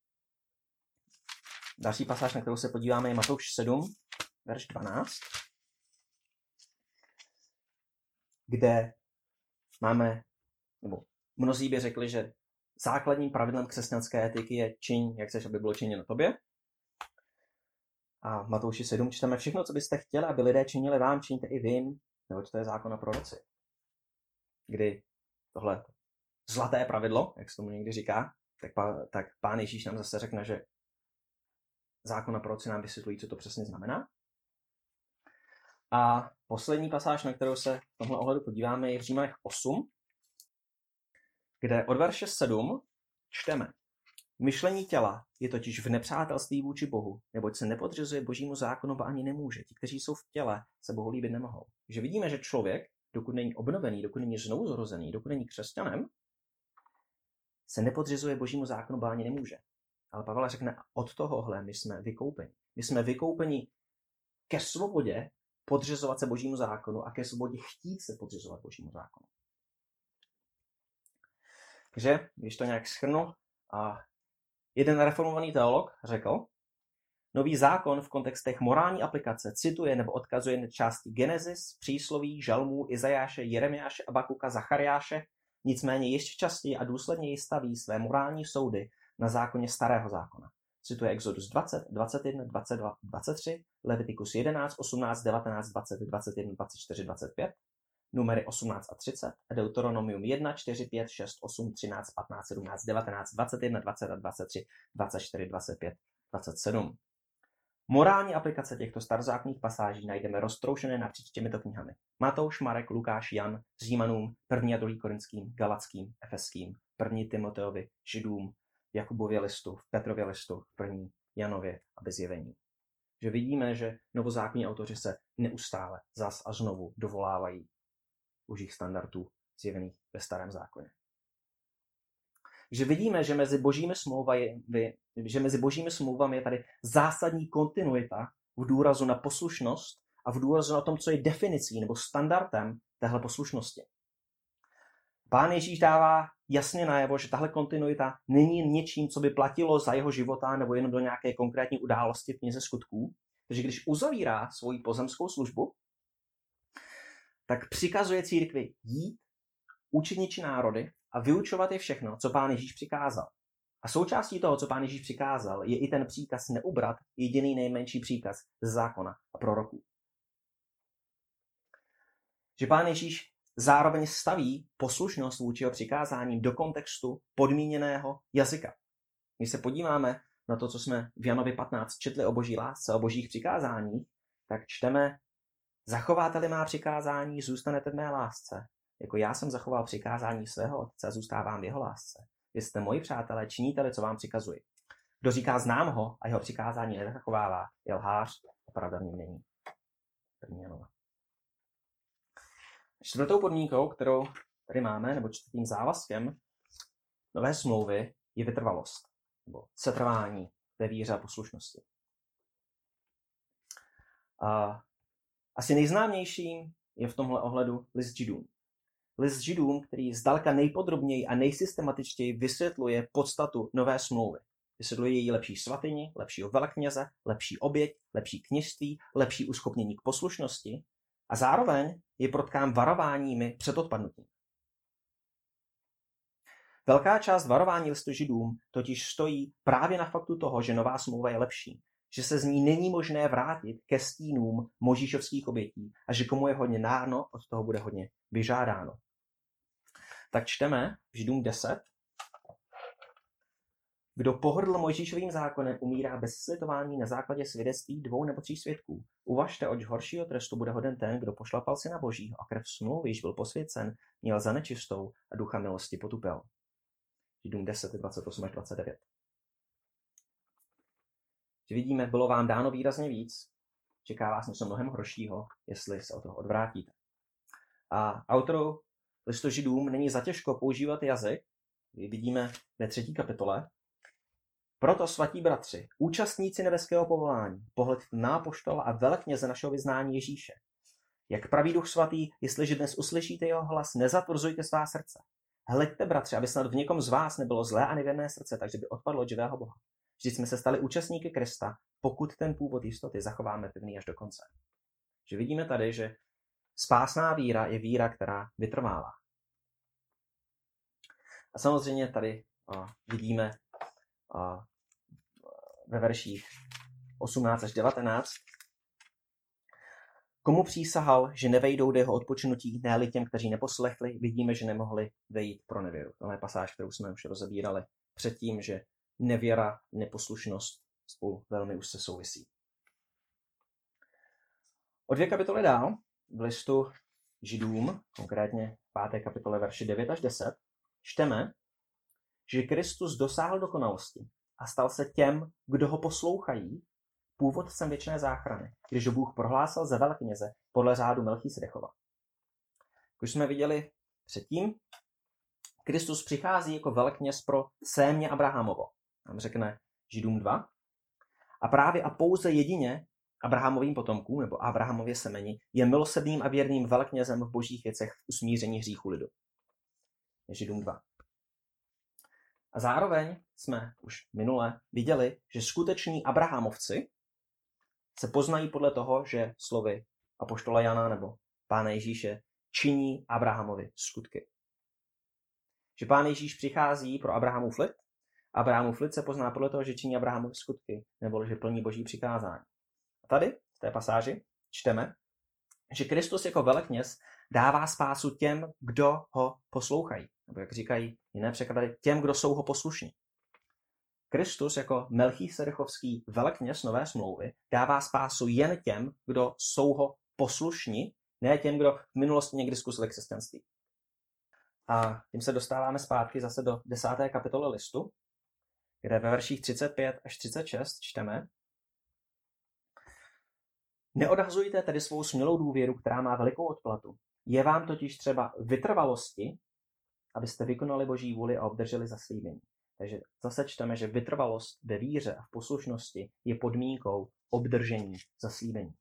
Další pasáž, na kterou se podíváme, je Matouš sedm, verš dvanáct, kde máme, nebo mnozí by řekli, že základním pravidlem křesťanské etiky je čiň, jak chceš, aby bylo činěno tobě. A v Matouši sedm čteme: všechno, co byste chtěli, aby lidé činili vám, čiňte i vy jim, nebo to je zákon a proroci. Kdy tohle zlaté pravidlo, jak se tomu někdy říká, tak, pa, tak Pán Ježíš nám zase řekne, že zákon a proroci nám vysvětlují, co to přesně znamená. A poslední pasáž, na kterou se v tomhle ohledu podíváme, je v Římanech osm, kde od verše sedm čteme: myšlení těla je totiž v nepřátelství vůči Bohu, neboť se nepodřizuje božímu zákonu, ba ani nemůže. Ti, kteří jsou v těle, se Bohu líbit nemohou. Takže vidíme, že člověk, dokud není obnovený, dokud není znovu zrozený, dokud není křesťanem, se nepodřizuje božímu zákonu, ba ani nemůže. Ale Pavel řekne: od tohohle my jsme vykoupeni. My jsme vykoupeni ke svobodě podřizovat se božímu zákonu a ke svobodě chtít se podřizovat božímu zákonu. Takže, když to nějak shrnu, a jeden reformovaný teolog řekl: nový zákon v kontextech morální aplikace cituje nebo odkazuje na části Genesis, přísloví, žalmů, Izajáše, Jeremiáše, Abakuka, Zachariáše, nicméně ještě častěji a důsledněji staví své morální soudy na zákoně starého zákona. Cituje Exodus dvacet, dvacet jedna, dvacet dva, dvacet tři, Levitikus jedenáct, osmnáct, devatenáct, dvacet, dvacet jedna, dvacet čtyři, dvacet pět numery osmnáct a třicet a Deuteronomium jedna, čtyři, pět, šest, osm, třináct, patnáct, sedmnáct, devatenáct, dvacet jedna, dvacet a dvacet tři, dvacet čtyři, dvacet pět, dvacet sedm. Morální aplikace těchto starozákonních pasáží najdeme roztroušené napříč těmito knihami. Matouš, Marek, Lukáš, Jan, Římanům, první a druhý Korinským, Galackým, Efeským, první Timoteovi, Židům, Jakubově listu, Petrově listu, první Janově a bez Zjevení. Že vidíme, že novozákonní autoři se neustále zas a znovu dovolávají božích standardů zjevených ve Starém zákoně. Že vidíme, že mezi božími smlouvami, že mezi božími smlouvami je tady zásadní kontinuita v důrazu na poslušnost a v důrazu na tom, co je definicí nebo standardem téhle poslušnosti. Pán Ježíš dává jasně najevo, že tahle kontinuita není něčím, co by platilo za jeho života nebo jen do nějaké konkrétní události v knize Skutků. Takže když uzavírá svoji pozemskou službu, tak přikazuje církvi jít, učedničit národy a vyučovat je všechno, co Pán Ježíš přikázal. A součástí toho, co Pán Ježíš přikázal, je i ten příkaz neubrat, jediný nejmenší příkaz z zákona a proroků. Že Pán Ježíš zároveň staví poslušnost vůči jeho přikázáním do kontextu podmíněného jazyka. Když se podíváme na to, co jsme v Janovi patnáct četli o boží lásce, o božích přikázáních, tak čteme: zachováte-li má přikázání, zůstanete v mé lásce. Jako já jsem zachoval přikázání svého otce a zůstávám v jeho lásce. Vy jste moji přátelé, činíte-li, co vám přikazuji. Kdo říká znám ho a jeho přikázání nezachovává, je lhář a pravda v něm není. První Janova. Čtvrtou podmínkou, kterou tady máme, nebo čtvrtým závazkem nové smlouvy, je vytrvalost, nebo setrvání ve víře a poslušnosti. A asi nejznámějším je v tomhle ohledu list Židům. List Židům, který zdaleka nejpodrobněji a nejsystematičtěji vysvětluje podstatu nové smlouvy. Vysvětluje její lepší svatyni, lepšího velekněze, lepší oběť, lepší kněžství, lepší uschopnění k poslušnosti a zároveň je protkán varováními před odpadnutím. Velká část varování listu Židům totiž stojí právě na faktu toho, že nová smlouva je lepší, že se z ní není možné vrátit ke stínům možíšovských obětí a že komu je hodně dáno, od toho bude hodně vyžádáno. Tak čteme v Židům deset. Kdo pohrdl Mojžíšovým zákonem, umírá bez slitování na základě svědectví dvou nebo tří svědků. Uvažte, oč horšího trestu bude hoden ten, kdo pošlapal syna Božího a krev smlouvy, již byl posvěcen, měl za nečistou a ducha milosti potupil. Židům deset, dvacet osm až dvacet devět. Že vidíme, bylo vám dáno výrazně víc, čeká vás něco mnohem horšího, jestli se od toho odvrátíte. A autoru listu Židům není zatěžko používat jazyk, vidíme ve třetí kapitole. Proto, svatí bratři, účastníci nebeského povolání, pohled na apoštola a velekněze našeho vyznání Ježíše. Jak praví Duch svatý, jestliže dnes uslyšíte jeho hlas, nezatvrzujte svá srdce. Hleďte, bratři, aby snad v někom z vás nebylo zlé a nevěrné srdce, takže by odpadlo od živého Boha. Vždyť jsme se stali účastníky Krista, pokud ten původ jistoty zachováme pevný až do konce. Že vidíme tady, že spásná víra je víra, která vytrvává. A samozřejmě tady a, vidíme a, ve verších osmnáct až devatenáct, komu přísahal, že nevejdou do jeho odpočinutí, ne-li těm, kteří neposlechli, vidíme, že nemohli vejít pro nevěru. To je pasáž, kterou jsme už rozebírali předtím, že nevěra, neposlušnost spolu velmi už se souvisí. O dvě kapitoly dál, v listu Židům, konkrétně v páté kapitole verši devět až deset, čteme, že Kristus dosáhl dokonalosti a stal se těm, kdo ho poslouchají, původcem věčné záchrany, když ho Bůh prohlásil za velekněze podle řádu Melchisedechova. Když jsme viděli předtím, Kristus přichází jako velekněz pro sémě Abrahamovo. Tam řekne Židům dva. A právě a pouze jedině Abrahamovým potomkům, nebo Abrahamově semeni, je milosrdným a věrným veleknězem v božích věcech v usmíření hříchu lidu. Židům dva. A zároveň jsme už minule viděli, že skuteční Abrahamovci se poznají podle toho, že slovy apoštola Jana nebo Pána Ježíše činí Abrahamovi skutky. Že Pán Ježíš přichází pro Abrahamův lid, Abrahamův lid se pozná podle toho, že činí Abrahamovi skutky, nebo že plní boží přikázání. A tady, v té pasáži, čteme, že Kristus jako velekněz dává spásu těm, kdo ho poslouchají. Nebo jak říkají jiné překlady, těm, kdo jsou ho poslušní. Kristus jako melchisedechovský velekněz nové smlouvy dává spásu jen těm, kdo jsou ho poslušní, ne těm, kdo v minulosti někdy zkusili křesťanství. A tím se dostáváme zpátky zase do desáté kapitoly listu, kde ve verších třicet pět až třicet šest čteme: Neodhazujte tedy svou smělou důvěru, která má velikou odplatu. Je vám totiž třeba vytrvalosti, abyste vykonali Boží vůli a obdrželi zaslíbení. Takže zase čteme, že vytrvalost ve víře a v poslušnosti je podmínkou obdržení zaslíbení.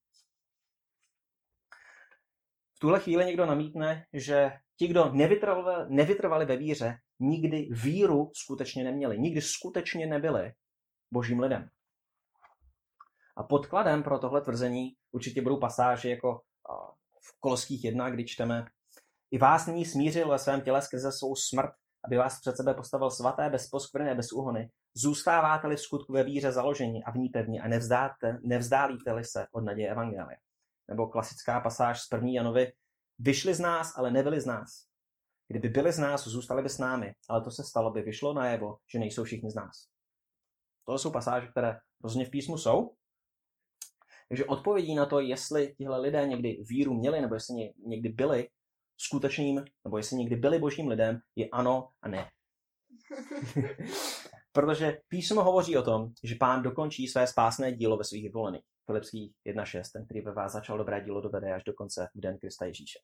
V tuhle chvíli někdo namítne, že ti, kdo nevytrvali, nevytrvali ve víře, nikdy víru skutečně neměli. Nikdy skutečně nebyli božím lidem. A podkladem pro tohle tvrzení určitě budou pasáže jako v Koloských jedna, kdy čteme: I vás nyní smířil ve svém těle skrze svou smrt, aby vás před sebe postavil svaté, bez poskvrny, bez úhony. Zůstáváte-li v skutku ve víře založení a v ní pevně a nevzdáte, nevzdálíte-li se od naděje evangelia. Nebo klasická pasáž z první Janovi: Vyšli z nás, ale nebyli z nás. Kdyby byli z nás, zůstali by s námi, ale to se stalo, by vyšlo najevo, že nejsou všichni z nás. To jsou pasáže, které rozhodně v písmu jsou. Takže odpovědí na to, jestli tihle lidé někdy víru měli, nebo jestli někdy byli skutečným, nebo jestli někdy byli božím lidem, je ano a ne. Protože písmo hovoří o tom, že Pán dokončí své spásné dílo ve svých vyvolených. Filipských jedna šest, ten, který ve vás začal dobré dílo, dovede až do konce v den Krista Ježíše.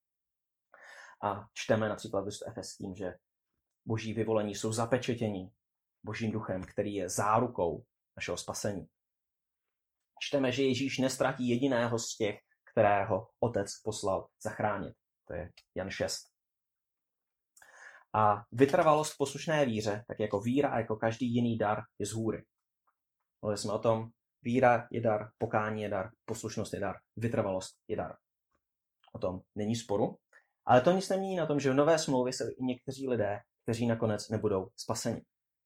A čteme například v listu Efeským, že boží vyvolení jsou zapečetěni božím duchem, který je zárukou našeho spasení. Čteme, že Ježíš nestratí jediného z těch, kterého otec poslal zachránit. To je Jan šest. A vytrvalost v poslušné víře, tak jako víra a jako každý jiný dar, je z hůry. Mluvili jsme o tom, víra je dar, pokání je dar, poslušnost je dar, vytrvalost je dar. O tom není sporu. Ale to nic nemění na tom, že v nové smlouvě jsou i někteří lidé, kteří nakonec nebudou spaseni.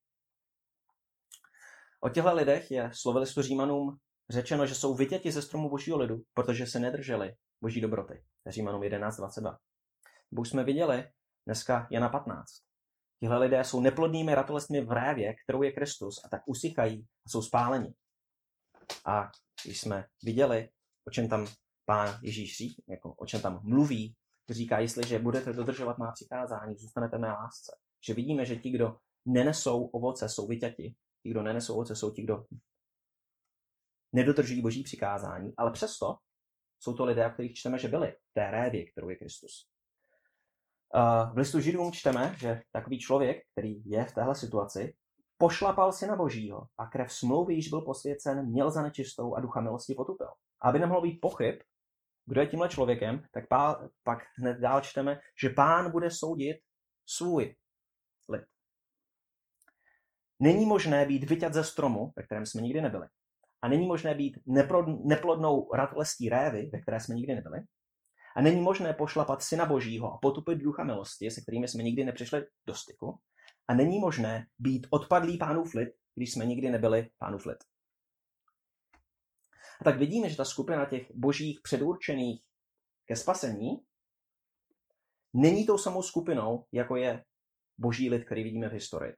O těchto lidech je slovy listu Římanům řečeno, že jsou vytěti ze stromu božího lidu, protože se nedrželi boží dobroty. Římanům jedenáct dvacet dva. Bo už jsme viděli dneska Jana patnáct. Tihle lidé jsou neplodnými ratolestmi v révě, kterou je Kristus, a tak usychají a jsou spáleni. A když jsme viděli, o čem tam Pán Ježíš říká, jako o čem tam mluví, říká, jestliže budete dodržovat má přikázání, zůstanete mé lásce. Že vidíme, že ti, kdo nenesou ovoce, jsou vyťati. Ti, kdo nenesou ovoce, jsou ti, kdo nedodržují boží přikázání, ale přesto jsou to lidé, o kterých čteme, že byli v té révě, kterou je Kristus. V listu Židům čteme, že takový člověk, který je v téhle situaci, pošlapal syna božího a krev smlouvy již byl posvěcen, měl za nečistou a ducha milosti potupil. A aby nemohlo být pochyb, kdo je tímhle člověkem, tak pá, pak hned dál čteme, že Pán bude soudit svůj lid. Není možné být vyťat ze stromu, ve kterém jsme nikdy nebyli. A není možné být neplodnou ratolestí révy, ve které jsme nikdy nebyli. A není možné pošlapat syna božího a potupit ducha milosti, se kterými jsme nikdy nepřišli do styku. A není možné být odpadlý Pánův lid, když jsme nikdy nebyli Pánův lid. A tak vidíme, že ta skupina těch božích předurčených ke spasení není tou samou skupinou, jako je boží lid, který vidíme v historii.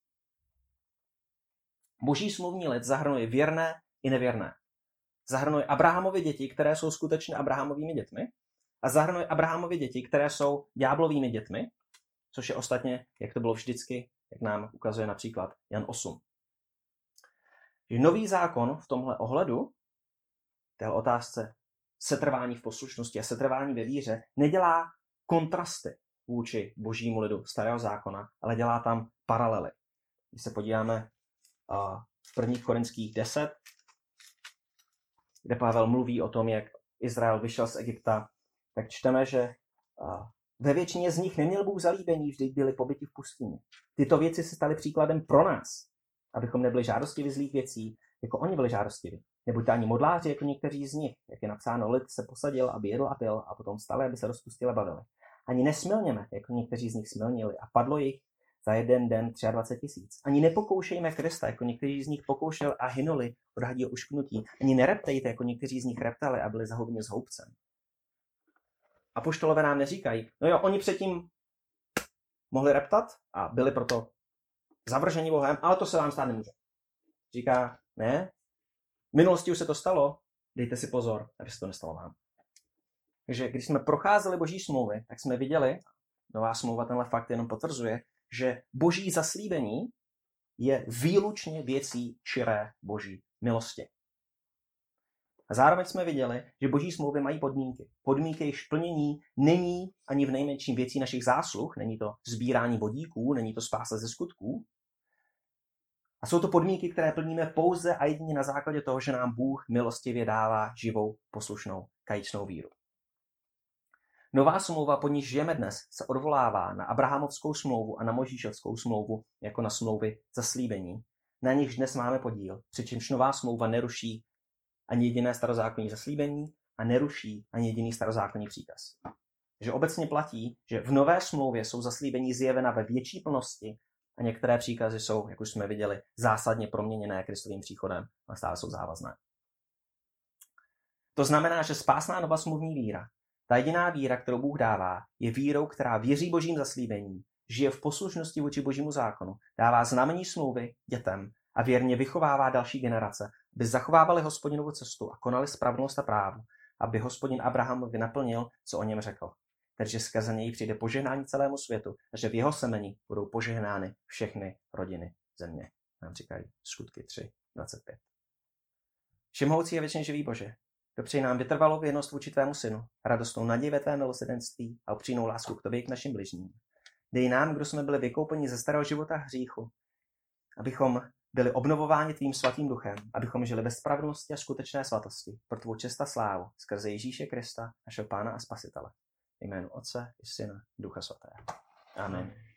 Boží smluvní lid zahrnuje věrné i nevěrné. Zahrnuje Abrahamovy děti, které jsou skutečně Abrahamovými dětmi, a zahrnuje Abrahamovy děti, které jsou ďáblovými dětmi, což je ostatně, jak to bylo vždycky, jak nám ukazuje například Jan osm. Že nový zákon v tomhle ohledu, té otázce setrvání v poslušnosti a setrvání ve víře, nedělá kontrasty vůči božímu lidu starého zákona, ale dělá tam paralely. Když se podíváme v prvních Korinských deset, kde Pavel mluví o tom, jak Izrael vyšel z Egypta, tak čteme, že ve většině z nich neměl Bůh zalíbení, vždyť byli pobyti v pustině. Tyto věci se staly příkladem pro nás, abychom nebyli žádostiví zlých věcí, jako oni byli žádostiví. Nebuďte ani modláři, jako někteří z nich, jak je napsáno, lid se posadil, aby jedl a pil, a potom stali, aby se rozpustili a bavili. Ani nesmilněme, jako někteří z nich smilnili, a padlo jich za jeden den dvacet tři tisíc. Ani nepokoušejme Krista, jako někteří z nich pokoušel a hynuli od hadího ušknutí. Ani nereptejte, jako někteří z nich reptali a byli zahubeni s houbcem. Apoštolové nám neříkají, no jo, oni předtím mohli reptat a byli proto zavrženi Bohem, ale to se vám stát nemůže. Říká, ne, v minulosti už se to stalo, dejte si pozor, aby se to nestalo vám. Takže když jsme procházeli boží smlouvy, tak jsme viděli, nová smlouva tenhle fakt jenom potvrzuje, že boží zaslíbení je výlučně věcí čiré boží milosti. A zároveň jsme viděli, že boží smlouvy mají podmínky. Podmínky jejich plnění není ani v nejmenším věcí našich zásluh, není to sbírání bodíků, není to spása ze skutků. A jsou to podmínky, které plníme pouze a jedině na základě toho, že nám Bůh milostivě dává živou, poslušnou, kajíčnou víru. Nová smlouva, pod níž žijeme dnes, se odvolává na Abrahamovskou smlouvu a na Mojžíšovskou smlouvu jako na smlouvy zaslíbení, na nichž dnes máme podíl, přičemž nová smlouva neruší ani jediné starozákonní zaslíbení a neruší ani jediný starozákonní příkaz. Že obecně platí, že v nové smlouvě jsou zaslíbení zjevena ve větší plnosti a některé příkazy jsou, jak už jsme viděli, zásadně proměněné Kristovým příchodem a stále jsou závazné. To znamená, že spásná novasmluvní víra, ta jediná víra, kterou Bůh dává, je vírou, která věří božím zaslíbení, žije v poslušnosti vůči božímu zákonu, dává znamení smlouvy dětem a věrně vychovává další generace, aby zachovávali Hospodinovu cestu a konali spravedlnost a právo, aby Hospodin Abrahamovi naplnil, co o něm řekl. Takže skrze něj přijde požehnání celému světu, a že v jeho semeni budou požehnány všechny rodiny země. Nám říkají Skutky tři dvacet pět. Všemohoucí a věčně živý Bože, dopřej nám vytrvalou věrnost vůči tvému synu, radostnou naději ve tvém milosrdenství a upřímnou lásku k tobě i k našim bližním. Dej nám, kdo jsme byli vykoupeni ze starého života hříchu, abychom byli obnovováni tvým svatým duchem, abychom žili ve spravedlnosti a skutečné svatosti pro tvou čest a slávu skrze Ježíše Krista, našeho Pána a Spasitele. Jménu Otce i Syna, Ducha Svatého. Amen.